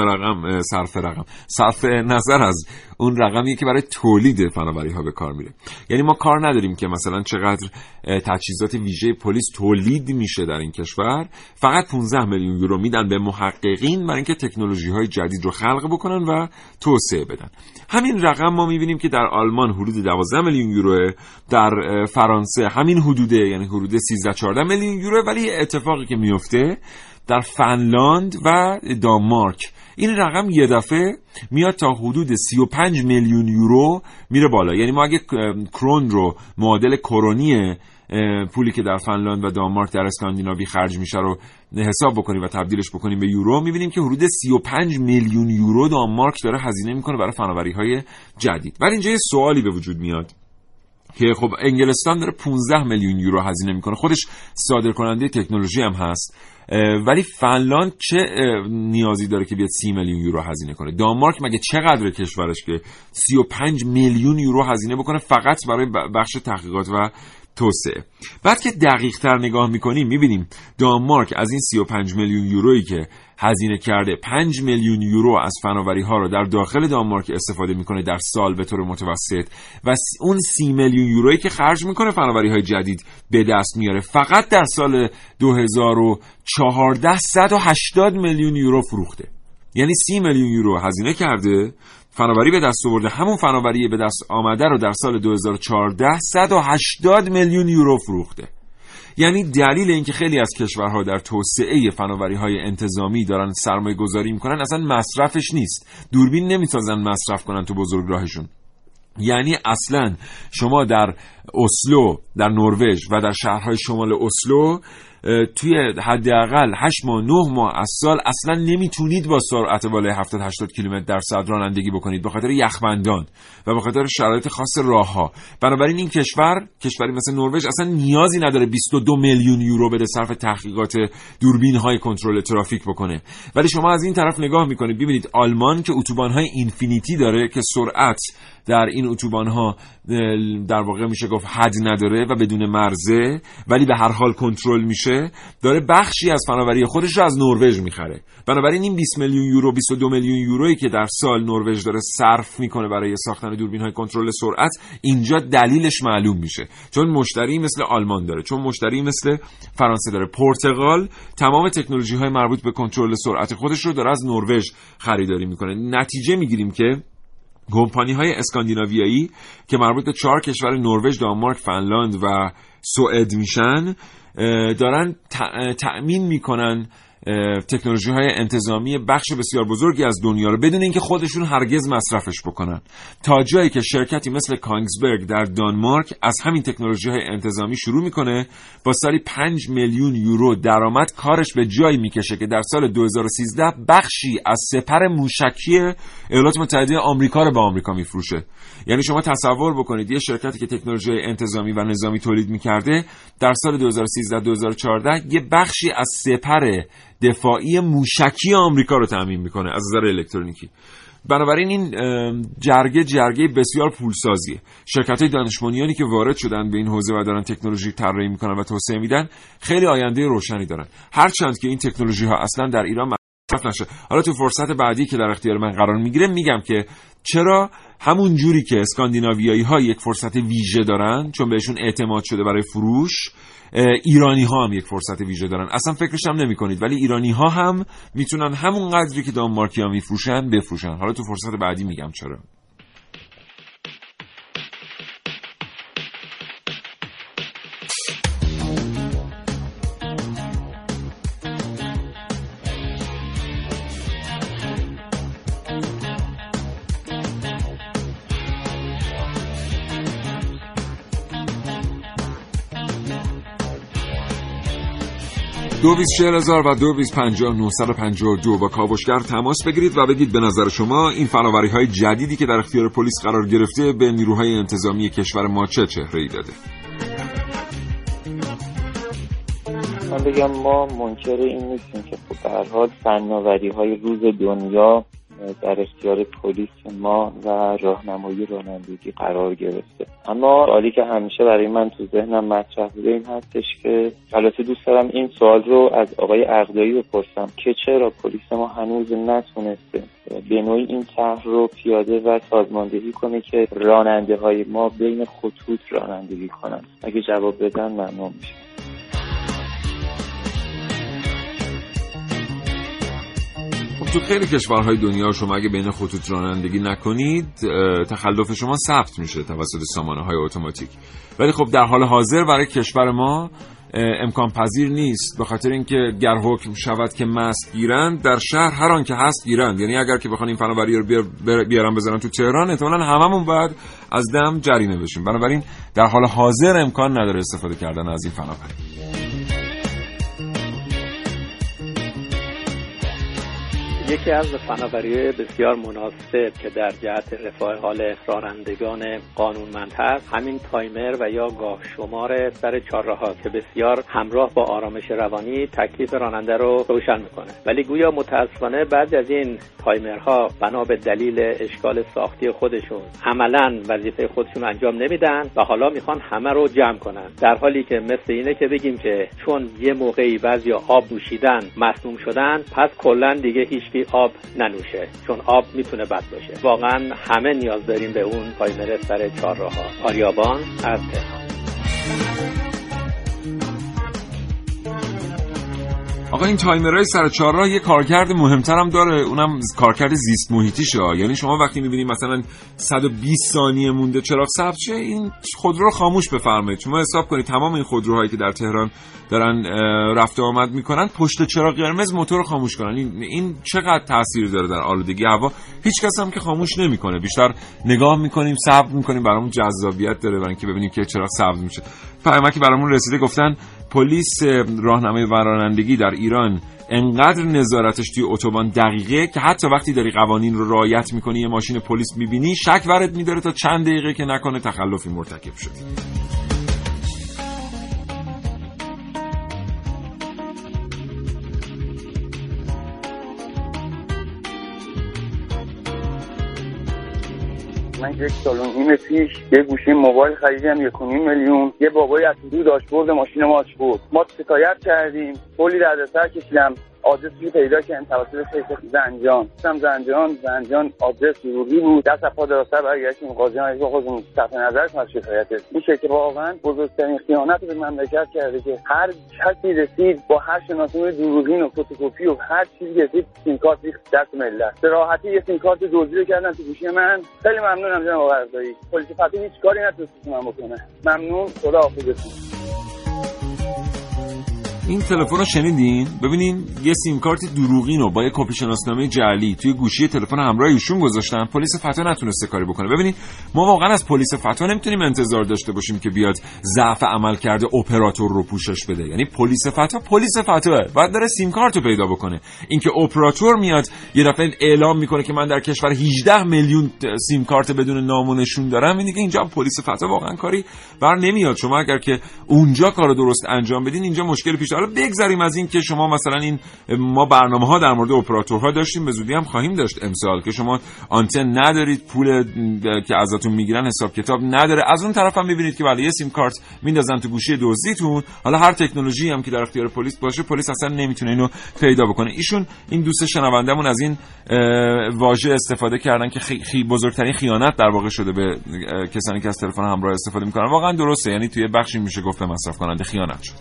صرف نظر از اون رقمیه که برای تولید فناوری ها به کار میره. یعنی ما کار نداریم که مثلا چقدر تجهیزات ویژه پلیس تولید میشه در این کشور، فقط 15 میلیون یورو میدن به محققین برای اینکه تکنولوژی های جدید رو خلق بکنن و توسعه بدن. همین رقم ما میبینیم که در آلمان حدود 12 میلیون یورو، در فرانسه همین حدوده، یعنی حدود 13-14 میلیون یورو. ولی اتفاقی که میفته در فنلاند و دانمارک این رقم یه دفعه میاد تا حدود 35 میلیون یورو میره بالا. یعنی ما اگه کرون رو معادل کرونی پولی که در فنلاند و دانمارک در اسکاندیناوی خرج میشه رو حساب بکنیم و تبدیلش بکنیم به یورو، میبینیم که حدود 35 میلیون یورو دانمارک داره هزینه میکنه برای فناوری‌های جدید. ولی اینجا یه سوالی به وجود میاد که خب انگلستان داره 15 میلیون یورو هزینه میکنه، خودش صادرکننده تکنولوژی هم هست، ولی فنلاند چه نیازی داره که بیاد 30 میلیون یورو هزینه کنه؟ دانمارک مگه چقدر کشورش که 35 میلیون یورو هزینه بکنه فقط برای بخش تحقیقات و توسعه؟ بعد که دقیق تر نگاه میکنیم میبینیم دانمارک از این 35 میلیون یورویی که هزینه کرده 5 میلیون یورو از فناوری ها رو در داخل دانمارک استفاده میکنه در سال به طور متوسط و اون 30 میلیون یورویی که خرج میکنه فناوری های جدید به دست میاره. فقط در سال 2014 180 میلیون یورو فروخته. یعنی 30 میلیون یورو هزینه کرده، فناوری به دست آورده، همون فناوری به دست آمده رو در سال 2014 180 میلیون یورو فروخته. یعنی دلیل اینکه خیلی از کشورها در توسعه فناوری‌های انتظامی دارن سرمایه گذاری میکنن اصلا مصرفش نیست. دوربین نمیسازن مصرف کنن تو بزرگراهشون. یعنی اصلا شما در اسلو، در نروژ و در شهرهای شمال اسلو توی حداقل 8 ماه 9 ماه از سال اصلا نمیتونید با سرعت بالای 70-80 کیلومتر در ساعت رانندگی بکنید به خاطر یخبندان و به خاطر شرایط خاص راهها. بنابراین این کشوری مثل نروژ اصلا نیازی نداره 22 میلیون یورو بده صرف تحقیقات دوربین‌های کنترل ترافیک بکنه. ولی شما از این طرف نگاه میکنید ببینید آلمان که اتوبان‌های اینفینیتی داره که سرعت در این اتوبان‌ها در واقع میشه گفت حد نداره و بدون مرزه، ولی به هر حال کنترل میشه. میفروشه داره بخشی از فناوری خودش رو از نروژ میخره. بنابراین این 20 میلیون یورو 22 میلیون یورویی که در سال نروژ داره صرف میکنه برای ساختن دوربین‌های کنترل سرعت، اینجا دلیلش معلوم میشه، چون مشتری مثل آلمان داره، چون مشتری مثل فرانسه داره. پرتغال تمام تکنولوژی‌های مربوط به کنترل سرعت خودش رو داره از نروژ خریداری میکنه. نتیجه میگیریم که کمپانی‌های اسکاندیناویایی که مربوط به 4 کشور نروژ، دانمارک، فنلاند و سوئد میشن دارن تأمین میکنن تکنولوژی‌های انتظامی بخش بسیار بزرگی از دنیا رو بدون اینکه خودشون هرگز مصرفش بکنن، تا جایی که شرکتی مثل کانگسبرگ در دانمارک از همین تکنولوژی‌های انتظامی شروع میکنه، با سالی 5 میلیون یورو درآمد کارش به جایی میکشه که در سال 2013 بخشی از سپر موشکی ایالات متحده آمریکا رو به آمریکا میفروشه. یعنی شما تصور بکنید یه شرکتی که تکنولوژی انتظامی و نظامی تولید میکرده در سال 2013-2014 یه بخشی از سپر دفاعی موشکی آمریکا رو تامین میکنه از نظر الکترونیکی. بنابراین این جرگه بسیار پولسازیه. شرکت‌های دانش بنیانی که وارد شدن به این حوزه و دارن تکنولوژی طراحی میکنن و توسعه میدن خیلی آینده روشنی دارن، هرچند که این تکنولوژی ها اصلا در ایران مصرف نشه. حالا تو فرصت بعدی که در اختیار من قرار میگیره میگم که چرا همون جوری که اسکاندیناویایی ها یک فرصت ویژه دارن چون بهشون اعتماد شده برای فروش، ایرانی ها هم یک فرصت ویژه دارن. اصلا فکرش هم نمی کنید، ولی ایرانی ها هم میتونن همون قدری که دانمارکی ها میفروشن بفروشن. حالا تو فرصت بعدی میگم چرا. دو 24000 و 2250952 با کاوشگر تماس بگیرید و بگید به نظر شما این فناوری‌های جدیدی که در اختیار پلیس قرار گرفته به نیروهای انتظامی کشور ما چه چهره‌ای داده؟ من بگم ما منکر این نیستیم که به هر حال فناوری‌های روز دنیا در اختیار پلیس ما و راهنمایی رانندگی قرار گرفته، اما سوالی که همیشه برای من تو ذهنم مطرح بوده این هستش که البته دوست دارم این سوال رو از آقای عقدایی بپرسم که چرا پلیس ما هنوز نتونسته به نوعی این طرح رو پیاده و سازماندهی کنه که راننده های ما بین خطوط رانندگی کنن. اگه جواب بدن ممنون میشم. تو خیلی کشورهای دنیا شما اگه بین خطوط رانندگی نکنید تخلف شما ثبت میشه توسط سامانه‌های اتوماتیک، ولی خب در حال حاضر برای کشور ما امکان پذیر نیست، به خاطر اینکه گر حکم شود که مست گیرند در شهر هر آن که هست گیرند. یعنی اگر که بخوان این فناوری رو بیارن بزنن تو تهران احتمالاً هممون باید از دم جریمه بشیم. بنابراین در حال حاضر امکان نداره استفاده کردن از این فناوری. یکی از فناوری‌های بسیار مناسب که در جهت رفاه حال رانندگان قانونمند هست همین تایمر و یا گاه شمار سر چهارراه که بسیار همراه با آرامش روانی تکلیف راننده رو روشن میکنه. ولی گویا متاسفانه بعضی از این تایمرها بنا به دلیل اشکال ساختی خودشون عملاً وظیفه خودشون انجام نمیدن و حالا میخوان همه رو جمع کنن، در حالی که مثل اینه که بگیم که چون یه موقعی بعضیا آب نوشیدن مسموم شدن پس کلا دیگه هیچ آب ننوشه، چون آب میتونه بد باشه. واقعا همه نیاز داریم به اون تایمر سر چهارراه‌ها. آریابان از تهران. آقا این تایمرهای سر چهارراه یه کارکرد مهمتر هم داره، اونم کارکرد زیست محیطیشه. یعنی شما وقتی میبینید مثلا 120 ثانیه مونده چراغ سبز شه، این خودرو رو خاموش بفرمایید. شما حساب کنید تمام این خودروهایی که در تهران دارن رفت و آمد میکنن پشت چراغ قرمز موتور رو خاموش کنن. این چقدر تاثیر داره در آلودگی هوا؟ هیچ کس هم که خاموش نمیکنه، بیشتر نگاه میکنیم، صبر میکنیم، برامون جذابیت داره برای اینکه ببینیم که چراغ سبز میشه. پیامکی برامون رسیده، گفتن پلیس راهنمایی و رانندگی در ایران انقدر نظارتش توی اتوبان دقیقه که حتی وقتی داری قوانین رو رعایت میکنی یه ماشین پلیس میبینی شک وارد میداره تا چند دقیقه که نکنه تخلفی مرتکب شدی. من 1.5 سال پیش یه گوشی موبایل خریدم 1.5 میلیون. یه بابایی از تو داشبورد ماشین ما بود. ما شکایت کردیم، کلی دردسر کشیدم، آدرسی پیدا کردیم توسط شرکت زنجان آدرس دروغی بود. دست از پا درازتر برگشتیم قاضیان خودمون صرف نظر از شکایتش. این شرکت واقعا بزرگترین خیانت به مملکت کرده که هر کسی رسید با هر شناسنامه دروغین و فتوکپی و هر چیزی رسید سیم کارت دست ملت. به راحتی یه سیم کارت دزدی کردن تو گوشی من. خیلی ممنونم جناب قرضایی. پلیس فتوی هیچ کاری نتونست من بکنه. ممنون، خدا حافظتون. این تلفن رو شنیدین؟ ببینین یه سیم کارت دروغین رو با یه کپی شناسنامه جعلی توی گوشی تلفن همراه ایشون گذاشتن. پلیس فتوا نتونسته کاری بکنه. ببینین ما واقعا از پلیس فتوا نمیتونیم انتظار داشته باشیم که بیاد ضعف عملکرد اپراتور رو پوشش بده. یعنی پلیس فتواه باید داره سیم کارت رو پیدا بکنه. اینکه اپراتور میاد یه دفعه اعلام میکنه که من در کشور 18 میلیون سیم کارت بدون نام و نشون دارم، این دیگه اینجا پلیس فتوا واقعا کاری بر نمیاد. شما اگر که اونجا کارو درست انجام بدین اینجا مشکل پیش. حالا بگذاریم از این که شما مثلا ما برنامه‌ها در مورد اپراتورها داشتیم، به زودی هم خواهیم داشت امسال، که شما آنتن ندارید، پول که ازتون میگیرن حساب کتاب نداره. از اون طرف هم میبینید که ولی یه سیم کارت میندازن تو گوشی دزدیتون. حالا هر تکنولوژی هم که در اختیار پلیس باشه، پلیس اصلا نمیتونه اینو پیدا بکنه. ایشون این دوست شنوندمون از این واژه استفاده کردن که بزرگترین خیانت در واقع شده به کسانی که از تلفن همراه استفاده میکنن. واقعا درسته، یعنی توی بخشی میشه گفت به مصرف کننده خیانت شد.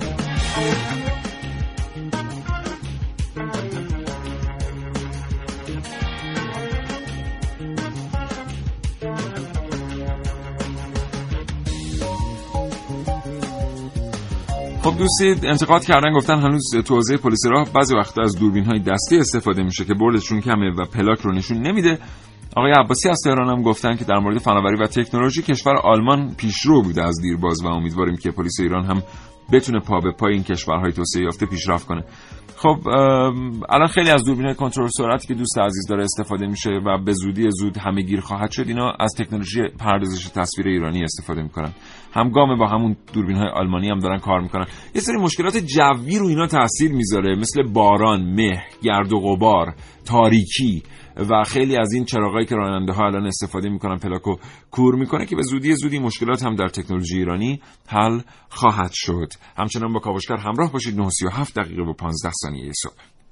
خب دوستی انتقاد کردن، گفتن هنوز تو حوزه پلیس راه بعضی وقتا از دوربین‌های دستی استفاده میشه که بردشون کمه و پلاک رو نشون نمیده. آقای عباسی از تهران هم گفتن که در مورد فناوری و تکنولوژی کشور آلمان پیشرو بوده از دیرباز و امیدواریم که پلیس ایران هم بتونه پا به پای این کشورهای توسعه یافته پیشرفت کنه. خب الان خیلی از دوربین‌های کنترل سرعتی که دوست عزیز داره استفاده میشه و به زودی زود همه گیر خواهد شد، اینا از تکنولوژی پردازش تصویر ایرانی استفاده میکنن. همگام با همون دوربین‌های آلمانی هم دارن کار میکنن. یه سری مشکلات جوی رو اینا تاثیر میذاره، مثل باران، مه، گرد و غبار، تاریکی و خیلی از این چراغایی که راننده‌ها الان استفاده میکنن پلاکو کور میکنه که به زودی مشکلات هم در تکنولوژی ایرانی حل خواهد شد. همچنان با کاوشگر همراه باشید. 9:37 و 15 ثانیه صبح.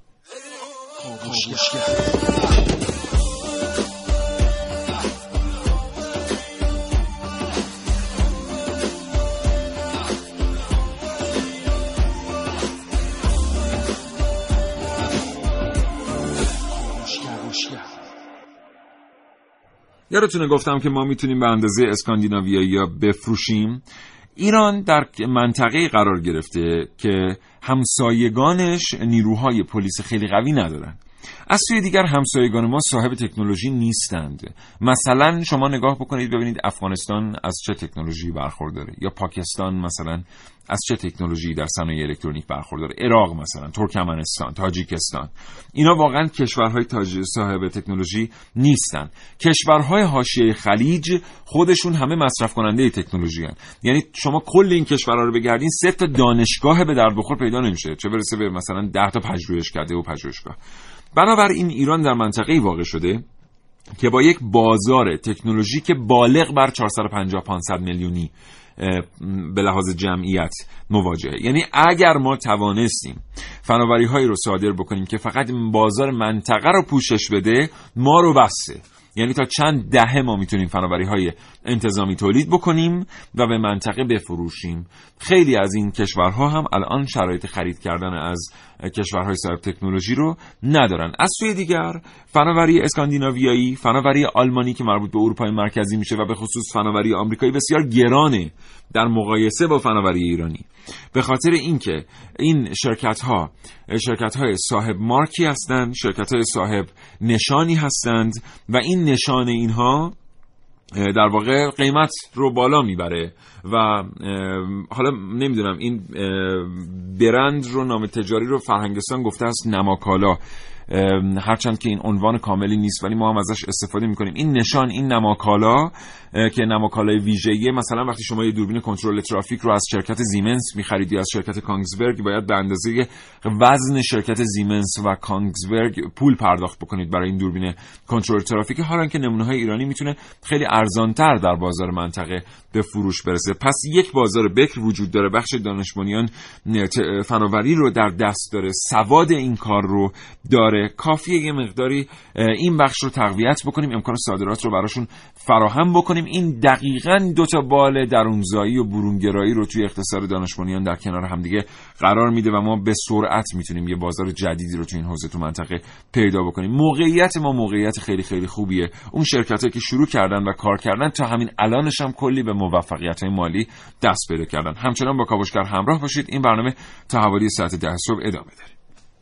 یادتونه گفتم که ما میتونیم به اندازه اسکاندیناویایی‌ها بفروشیم. ایران در منطقه‌ای قرار گرفته که همسایگانش نیروهای پلیس خیلی قوی ندارن. از سوی دیگر همسایگان ما صاحب تکنولوژی نیستند. مثلا شما نگاه بکنید ببینید افغانستان از چه تکنولوژی برخورداره، یا پاکستان مثلا از چه تکنولوژی در صنایع الکترونیک برخورداره، عراق مثلا، ترکمنستان، تاجیکستان. اینا واقعا کشورهای صاحب تکنولوژی نیستن. کشورهای حاشیه خلیج خودشون همه مصرف کننده تکنولوژی هستند. یعنی شما کل این کشورها رو بگردین 3 تا دانشگاه به درد بخور پیدا نمیشه، چه برسه به مثلا 10 تا پژوهشکده و پژوهشگاه. بنابراین ایران در منطقه‌ای واقع شده که با یک بازار تکنولوژیک بالغ بر 450-500 میلیونی به لحاظ جمعیت مواجهه. یعنی اگر ما توانستیم فناوری‌هایی رو صادر بکنیم که فقط بازار منطقه رو پوشش بده، ما رو بسه. یعنی تا چند دهه ما میتونیم فناوری‌های انتظامی تولید بکنیم و به منطقه بفروشیم. خیلی از این کشورها هم الان شرایط خرید کردن از کشورهای صاحب تکنولوژی رو ندارن. از سوی دیگر فناوری اسکاندیناویایی، فناوری آلمانی که مربوط به اروپای مرکزی میشه و به خصوص فناوری آمریکایی بسیار گرانه در مقایسه با فناوری ایرانی، به خاطر اینکه این شرکت‌های صاحب مارکی هستند، شرکت‌های صاحب نشانی هستند و این نشان اینها در واقع قیمت رو بالا میبره و حالا نمیدونم این برند رو، نام تجاری رو فرهنگستان گفته است نماکالا. هرچند که این عنوان کاملی نیست ولی ما هم ازش استفاده میکنیم. این نشان، این نماکالا که نماکالای ویژه‌ایه، مثلا وقتی شما یه دوربین کنترل ترافیک رو از شرکت زیمنس می‌خرید یا از شرکت کانگسبرگ، باید به اندازه وزن شرکت زیمنس و کانگسبرگ پول پرداخت بکنید برای این دوربین کنترل ترافیک، حالا که نمونه‌های ایرانی میتونه خیلی ارزان‌تر در بازار منطقه به فروش برسه. پس یک بازار بکر وجود داره، بخش دانش بنیان فناوری رو در دست داره، سواد این کار رو داره، کافیه یه مقداری این بخش رو تقویت بکنیم، امکان صادرات رو براشون فراهم بکنیم. این دقیقاً دو تا بال درونزایی و برونگرایی رو توی اقتصاد دانش بنیان در کنار همدیگه قرار میده و ما به سرعت میتونیم یه بازار جدیدی رو توی این حوزه تو منطقه پیدا بکنیم. موقعیت ما موقعیت خیلی خیلی خوبیه. اون شرکتایی که شروع کردن و کار کردن تا همین الانش هم کلی به موفقیت‌های مالی دست پیدا کردن. همچنان با کاوشگر همراه باشید. این برنامه تا حوالی ساعت 10 صبح ادامه داره.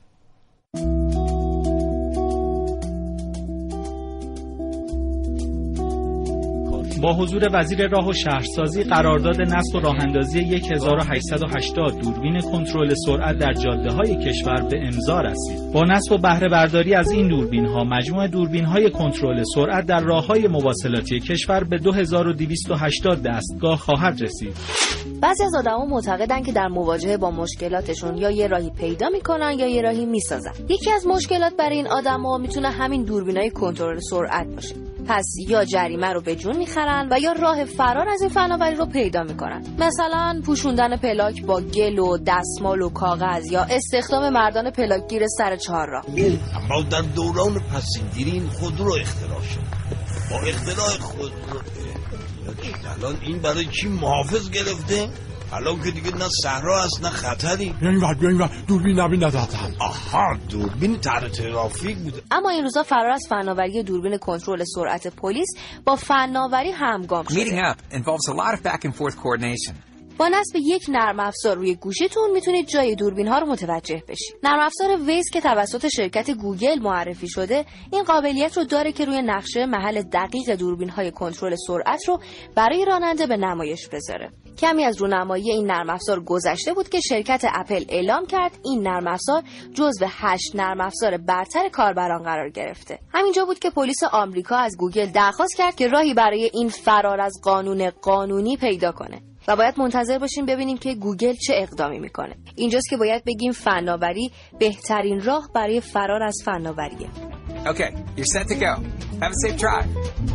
با حضور وزیر راه و شهرسازی قرارداد نصب و راه‌اندازی 1880 دوربین کنترل سرعت در جاده‌های کشور به امضا رسید. با نصب و بهره برداری از این دوربین‌ها مجموع دوربین‌های کنترل سرعت در راه‌های مواصلاتی کشور به 2280 دستگاه خواهد رسید. بعضی از آدما معتقدن که در مواجهه با مشکلاتشون یا یه راهی پیدا میکنن یا یه راهی میسازن. یکی از مشکلات برای این آدما میتونه همین دوربینای کنترل سرعت باشه. پس یا جریمه رو به جون میخرن و یا راه فرار از این فناوری رو پیدا میکنن. مثلا پوشوندن پلاک با گل و دستمال و کاغذ یا استخدام مردان پلاکگیر سر چهارراه. اما در دوران پسندگیری این خودرو اختراع شد. با اختراع خودرو الان این برای چی محافظ گرفته؟ الان که دیگه نه صحرا است نه خطری. بیاین دوربین نبین ندادم. آها، دوربین طرح ترافیک بوده. اما این روزا فرار از فناوری دوربین کنترل سرعت پلیس با فناوری همگام شده. Meeting up involves a lot of back and forth coordination. با نصب یک نرم افزار روی گوشیتون میتونید جای دوربین ها رو متوجه بشید. نرم افزار ویز که توسط شرکت گوگل معرفی شده این قابلیت رو داره که روی نقشه محل دقیق دوربین های کنترل سرعت رو برای راننده به نمایش بذاره. کمی از رونمایی این نرم افزار گذشته بود که شرکت اپل اعلام کرد این نرم افزار جزو 8 نرم افزار برتر کاربران قرار گرفته. همینجا بود که پلیس آمریکا از گوگل درخواست کرد که راهی برای این فرار از قانون قانونی پیدا کنه. و باید منتظر باشیم ببینیم که گوگل چه اقدامی میکنه. اینجاست که باید بگیم فناوری بهترین راه برای فرار از فناوریه. Okay, you're set to go. Have a safe drive.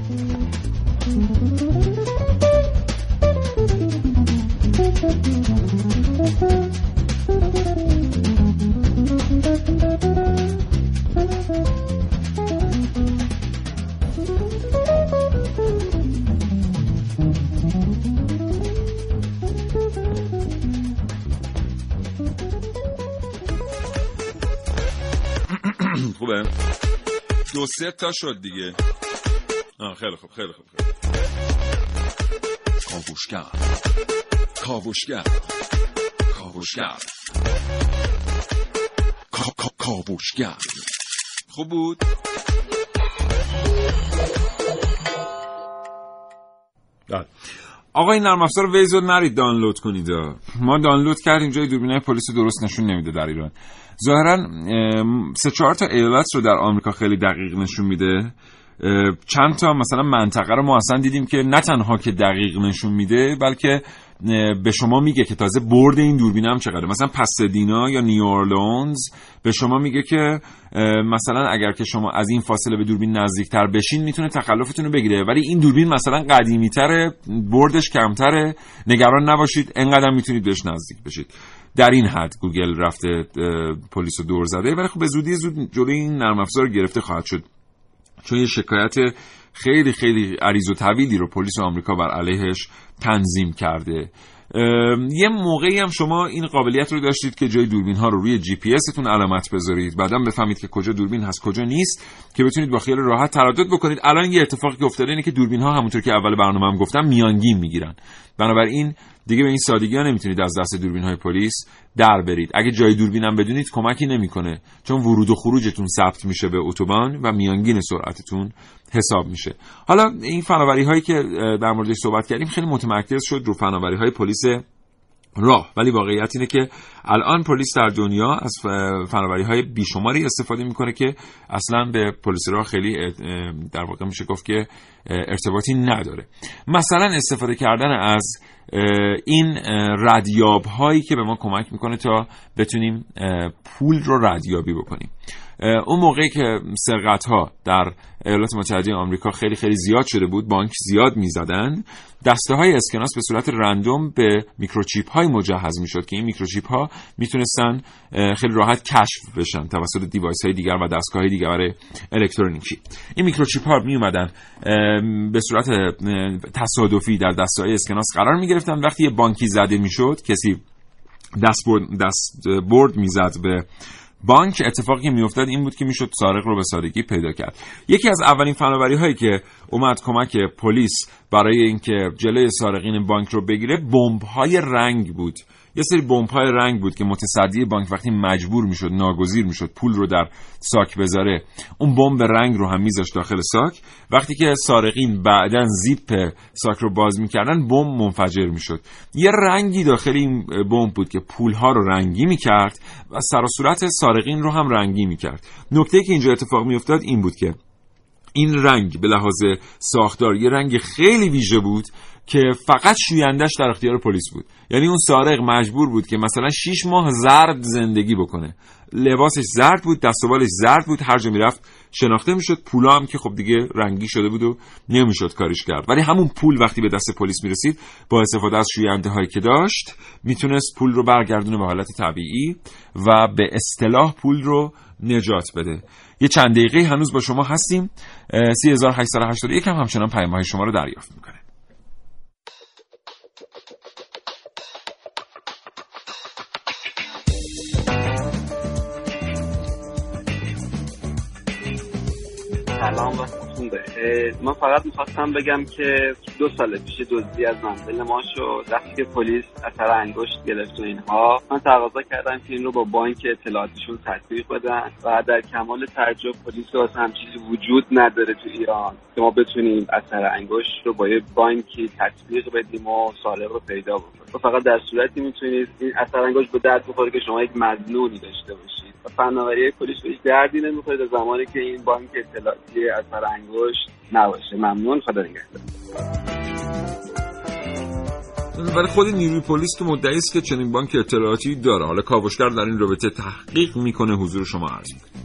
خوبه 2-3 تا شد دیگه. خیلی خوب. کاوشگر خوب بود. آقا این نرم افزار ویز رو نرید دانلود کنید. ما دانلود کردیم، جای دوربینای پلیس درست نشون نمیده در ایران. ظاهرا 3-4 تا ایالت رو در آمریکا خیلی دقیق نشون میده. چند تا مثلا منطقه رو ما اصلا دیدیم که نه تنها که دقیق نشون میده بلکه به شما میگه که تازه برد این دوربین هم چقدره. مثلا پاسادینا یا نیوورلونز به شما میگه که مثلا اگر که شما از این فاصله به دوربین نزدیکتر بشین میتونه تخلفتون رو بگیره، ولی این دوربین مثلا قدیمی تره، بردش کمتره، نگران نباشید، انقدر میتونید بهش نزدیک بشید. در این حد گوگل رفته پلیس رو دور زده، ولی خب به زودی زود جلوی این نرم افزار گرفته خواهد شد، چون یه شکایت خیلی خیلی عریض و طویلی رو پلیس آمریکا بر علیهش تنظیم کرده. یه موقعی هم شما این قابلیت رو داشتید که جای دوربین ها رو روی جی پی اس تون علامت بذارید، بعدم بفهمید که کجا دوربین هست کجا نیست، که بتونید با خیال راحت تردد بکنید. الان یه اتفاقی که افتاده اینه که دوربین ها همونطور که اول برنامه‌ام گفتم میانگین میگیرن، بنابراین دیگه به این سادگی ها نمیتونید از دست دوربین های پلیس در برید. اگه جای دوربین هم بدونید کمکی نمیکنه، چون ورود و خروجتون ثبت میشه به اتوبان و میانگین سرعتتون حساب میشه. حالا این فناوری هایی که در موردش صحبت کردیم خیلی متمرکز شد رو فناوری های پلیس راه. ولی واقعیت اینه که الان پلیس در دنیا از فناوری‌های بیشماری استفاده میکنه که اصلا به پلیس راه خیلی در واقع میشه گفت که ارتباطی نداره. مثلا استفاده کردن از این ردیاب هایی که به ما کمک میکنه تا بتونیم پول رو ردیابی بکنیم. اون موقعی که سرقت ها در ایالات متحده آمریکا خیلی خیلی زیاد شده بود، بانک زیاد میزدن، دسته های اسکناس به صورت رندوم به میکروچیپ های مجهز میشد که این میکروچیپ ها میتونستن خیلی راحت کشف بشن توسط دیوایس های دیگر و دستگاه های دیگر الکترونیکی. این میکروچیپ ها می اومدن به صورت تصادفی در دسته های اسکناس قرار می گرفتن. وقتی یه بانکی زده میشد، کسی دست برد میزد به بانک، اتفاقی که میافتاد این بود که میشد سارق رو به سادگی پیدا کرد. یکی از اولین فناوری هایی که اومد کمک پلیس برای اینکه جلوی سارقین بانک رو بگیره، بمب های رنگ بود. یه سری بمب های رنگ بود که متصدی بانک وقتی مجبور میشد، ناگزیر میشد پول رو در ساک بذاره، اون بمب رنگ رو هم میذاشت داخل ساک. وقتی که سارقین بعدن زیپ ساک رو باز میکردن، بمب منفجر میشد. یه رنگی داخل این بمب بود که پول ها رو رنگی میکرد و سر و صورت سارقین رو هم رنگی میکرد. نکته که اینجا اتفاق میافتاد این بود که این رنگ به لحاظ ساختار یه رنگ خیلی ویژه بود که فقط شویندش در اختیار پلیس بود. یعنی اون سارق مجبور بود که مثلا 6 ماه زرد زندگی بکنه، لباسش زرد بود، دست و بالش زرد بود، هر جا میرفت شناخته میشد. پولا هم که خب دیگه رنگی شده بود و نمیشد کاریش کرد. ولی همون پول وقتی به دست پلیس میرسید، با استفاده از شوینده هایی که داشت، میتونست پول رو برگردونه به حالت طبیعی و به اصطلاح پول رو نجات بده. یه چند دقیقه هنوز با شما هستیم. 3881 هم همچنان پیام‌های شما رو دریافت میکنه. سلام وقتتون بخیر. من فقط میخواستم بگم که 2 سال پیش دزدی از منزل ما شد. وقتی که پلیس اثر انگشت گرفت و اینها، من تقاضا کردم که این رو با بانک اطلاعاتشون تطبیق بدن و در کمال تعجب پلیس واسه هم چیزی وجود نداره تو ایران که ما بتونیم اثر انگشت رو با یه بانکی تطبیق بدیم و سارق رو پیدا بکنیم. فقط در صورتی میتونید این اثر انگشت به درد بخوره که شما یک مظنونی داشته باشید. فناوری پلیس بهش دردی نمیخوره تا زمانی که این بانک اطلاعاتی اثر انگشت نباشه. ممنون، خدا نگهدار. ولی خود نیروی پلیس که مدعی است که چنین بانک اطلاعاتی داره. حالا کاوشگر در این رابطه تحقیق میکنه، حضور شما عرض میکنه.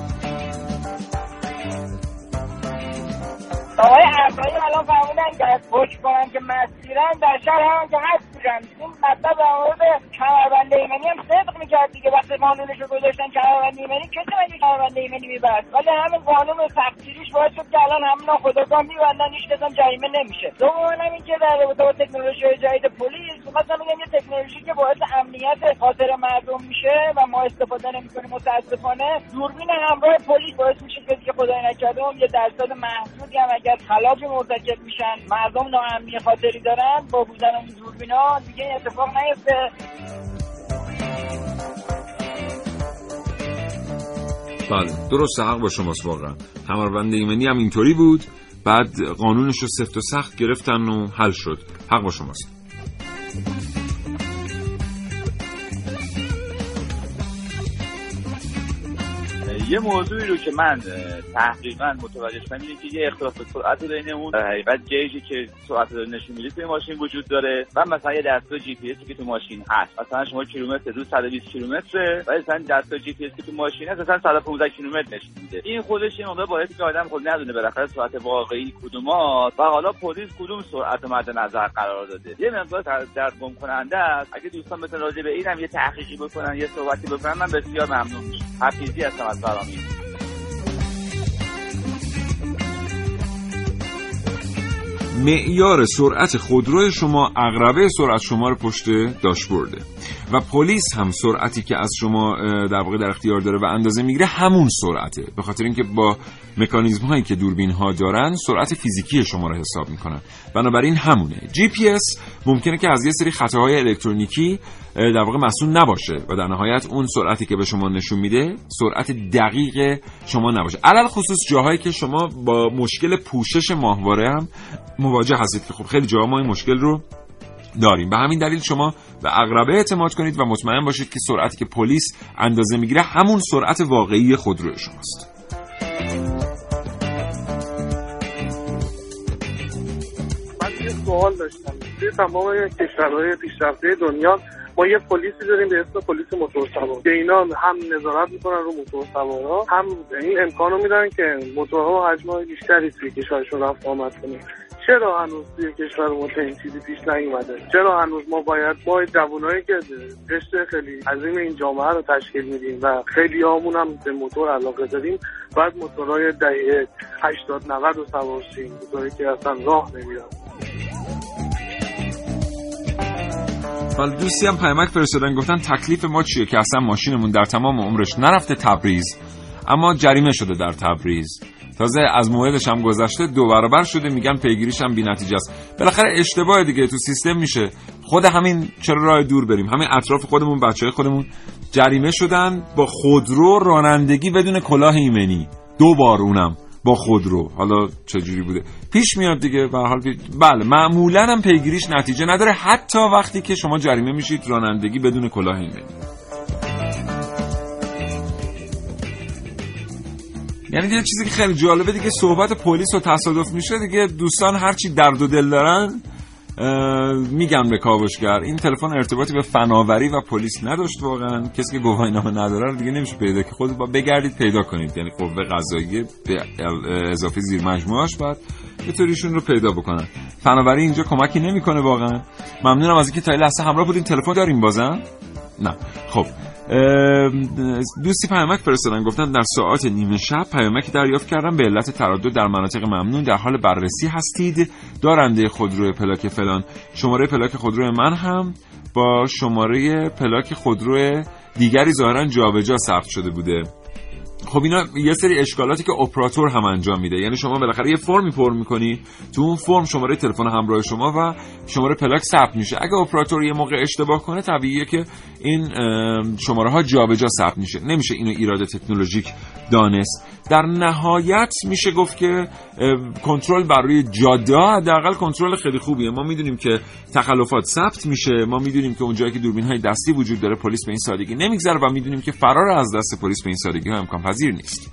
آقای افرادی الان فهمیدن که از پشت کنن که مسیرن در شهر هم که هست بودن. این مطلب در مورد کمربند ایمنی هم صدق میکرد دیگه. وقتی قانونش رو گذاشتن کمربند ایمنی، کسی مگه کمربند ایمنی میبرد؟ ولی همین قانون تقصیریش باعث شد که الان همه ناخودآگاه میبندن، هیچ کس هم جریمه نمیشه. دوم این که در رابطه با تکنولوژی جدید پلیس، مثلا میگم یه تکنولوژی که باعث امنیت خاطر مردم میشه و ما استفاده نمیکنیم متاسفانه، دوربین همراه پلیس باعث میشه که دیگه خدای نکرده اون یه درصد محدودی هم اگر خلاف مرتکب میشن، مردم ناامنی خاطری دارن، با بودن اون دوربینا دیگه این اتفاق نیفته. بله درست، حق با شماست. واقعا کمربند ایمنی هم اینطوری بود، بعد قانونش رو سفت و سخت گرفتن و حل شد. حق با شماست. یه موضوعی رو که من تحقیقاً متوجه شدم اینه که یه اختلاف سرعت بین اون حقیقت گیجی که سرعت رو نشون میده توی ماشین وجود داره و مثلا یه دستگاه جی پی اس که تو ماشین هست. مثلا شما کیلومتر روز 120 کیلومتره ولی مثلا دستگاه جی پی اس که تو ماشین هست مثلا 115 کیلومتر نشون میده. این خودش یه موقع باعث که آدم خود ندونه بالاخره سرعت واقعی کدومات و حالا پلیس کدوم سرعت مد نظر قرار داده. یه مقدار دردگم کننده است. اگه دوستان بتونن راجع به اینم یه تحقیقی بکنن، یه صحبتی بکنن، من بسیار ممنون میشم. حفیظی هستم از برامی. معیار سرعت خودرو شما عقربه سرعت شما رو پشت داشبورده و پلیس هم سرعتی که از شما در واقع در اختیار داره و اندازه میگیره همون سرعته، به خاطر اینکه با مکانیزم هایی که دوربین ها دارن سرعت فیزیکی شما رو حساب میکنن. بنابراین همونه. جی پی اس ممکنه که از یه سری خطاهای الکترونیکی در واقع مسئول نباشه و در نهایت اون سرعتی که به شما نشون میده سرعت دقیق شما نباشه، علل خصوص جاهایی که شما با مشکل پوشش ماهواره هم مواجه هستید که خب خیلی جاها ما این مشکل رو داریم. به همین دلیل شما به عقربه اعتماد کنید و مطمئن باشید که سرعتی که پلیس اندازه میگیره همون سرعت واقعی خودروی شماست. من یه سوال داشتم. توی تمام کشورهای پیشرفته دنیا ما یه پلیسی داریم به اسم پلیس موتورسوار که اینا هم نظارت میکنن رو موتورسوارها، هم این امکانو میدن که موتورها و حجم‌های بیشتری توی کشورشون رفت آمد کنه. چرا هنوز توی کشور ما این چیزی پیش نیومده؟ چرا هنوز ما جوانایی که قشر خیلی عظیم این جامعه رو تشکیل میدیم و خیلی هامون هم به موتور علاقه داریم، بعد موتورهای دهه 80 90 رو سوار شیم، موتوری که اصلا راه نمیرن. حالا دوستی هم پیامک فرستادن، گفتن تکلیف ما چیه که اصلا ماشینمون در تمام عمرش نرفته تبریز اما جریمه شده در تبریز، تازه از موعدش هم گذشته 2 برابر شده، میگن پیگیریش هم بی‌نتیجه است. بالاخره اشتباه دیگه تو سیستم میشه. خود همین چرا راه دور بریم؟ همین اطراف خودمون بچهای خودمون جریمه شدن با خودرو رانندگی بدون کلاه ایمنی 2 بار، اونم با خودرو. حالا چجوری بوده پیش میاد دیگه. به هر حال بله معمولا هم پیگیریش نتیجه نداره، حتی وقتی که شما جریمه میشید رانندگی بدون کلاه ایمنی. یعنی دیگه چیزی که خیلی جالبه دیگه صحبت پلیس و تصادف میشه دیگه، دوستان هرچی درد و دل دارن میگن به کاوشگر. این تلفن ارتباطی به فناوری و پلیس نداشت واقعا. کسی که گواهینامه نداره دیگه نمیشه پیدا، که خودت با بگردید پیدا کنید، یعنی قوه قضاییه به اضافه زیر مجموعه‌اش بعد یه طوریشون رو پیدا بکنن. فناوری اینجا کمکی نمیکنه واقعا. ممنونم از اینکه تا این لحظه همراه بودین. تلفن داریم بازم؟ نه. خب دوستی پیامک فرستادن، گفتن در ساعات نیمه شب پیامکی دریافت کردم به علت تردد در مناطق ممنوع در حال بررسی هستید. دارنده خودروی پلاک فلان، شماره پلاک خودروی من هم با شماره پلاک خودروی دیگری ظاهرا جابجا ثبت شده بوده. خب اینا یه سری اشکالاتی که اپراتور هم انجام میده. یعنی شما بالاخره یه فرمی پر میکنی، تو اون فرم شماره تلفن همراه شما و شماره پلاک ثبت میشه. اگه اپراتور یه موقع اشتباه کنه طبیعیه که این شماره ها جابجا ثبت میشه. نمیشه اینو ایراد تکنولوژیک دانست. در نهایت میشه گفت که کنترل بر روی جاده حداقل کنترل خیلی خوبیه. ما میدونیم که تخلفات ثبت میشه، ما میدونیم که اونجایی که دوربین‌های دستی وجود داره پلیس به این سادگی نمیگذره و میدونیم که فرار از دست پلیس به این سادگی ها امکان پذیر نیست.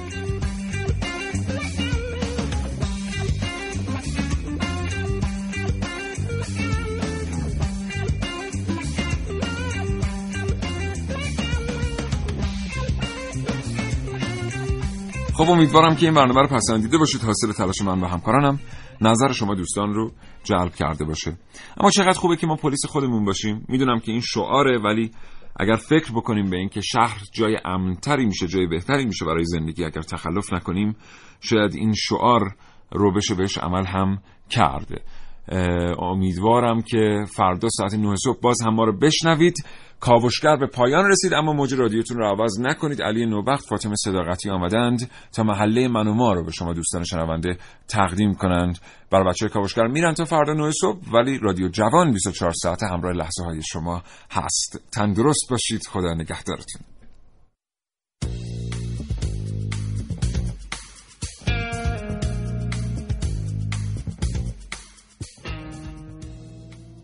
خب امیدوارم که این برنامه رو پسندیده باشید. حاصل تلاش من و همکارانم نظر شما دوستان رو جلب کرده باشه. اما چقدر خوبه که ما پلیس خودمون باشیم. میدونم که این شعاره، ولی اگر فکر بکنیم به این که شهر جای امن‌تری میشه، جای بهتری میشه برای زندگی اگر تخلف نکنیم، شاید این شعار رو بشه بهش عمل هم کرده. امیدوارم که فردا ساعت 9 صبح باز هم ما رو بشنوید. کاوشگر به پایان رسید، اما موج رادیوتون رو عوض نکنید. علی نوبخت، فاطمه صداقتی آمدند تا محله من و ما رو به شما دوستان شنونده تقدیم کنند. برای بچه‌های کاوشگر میرن تا فردا 9 صبح، ولی رادیو جوان 24 ساعته همراه لحظه های شما هست. تندرست باشید، خدا نگهدارتون.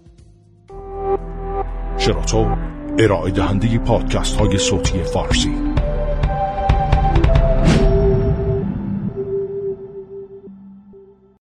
شراطو ارائه دهنده پادکست های صوتی فارسی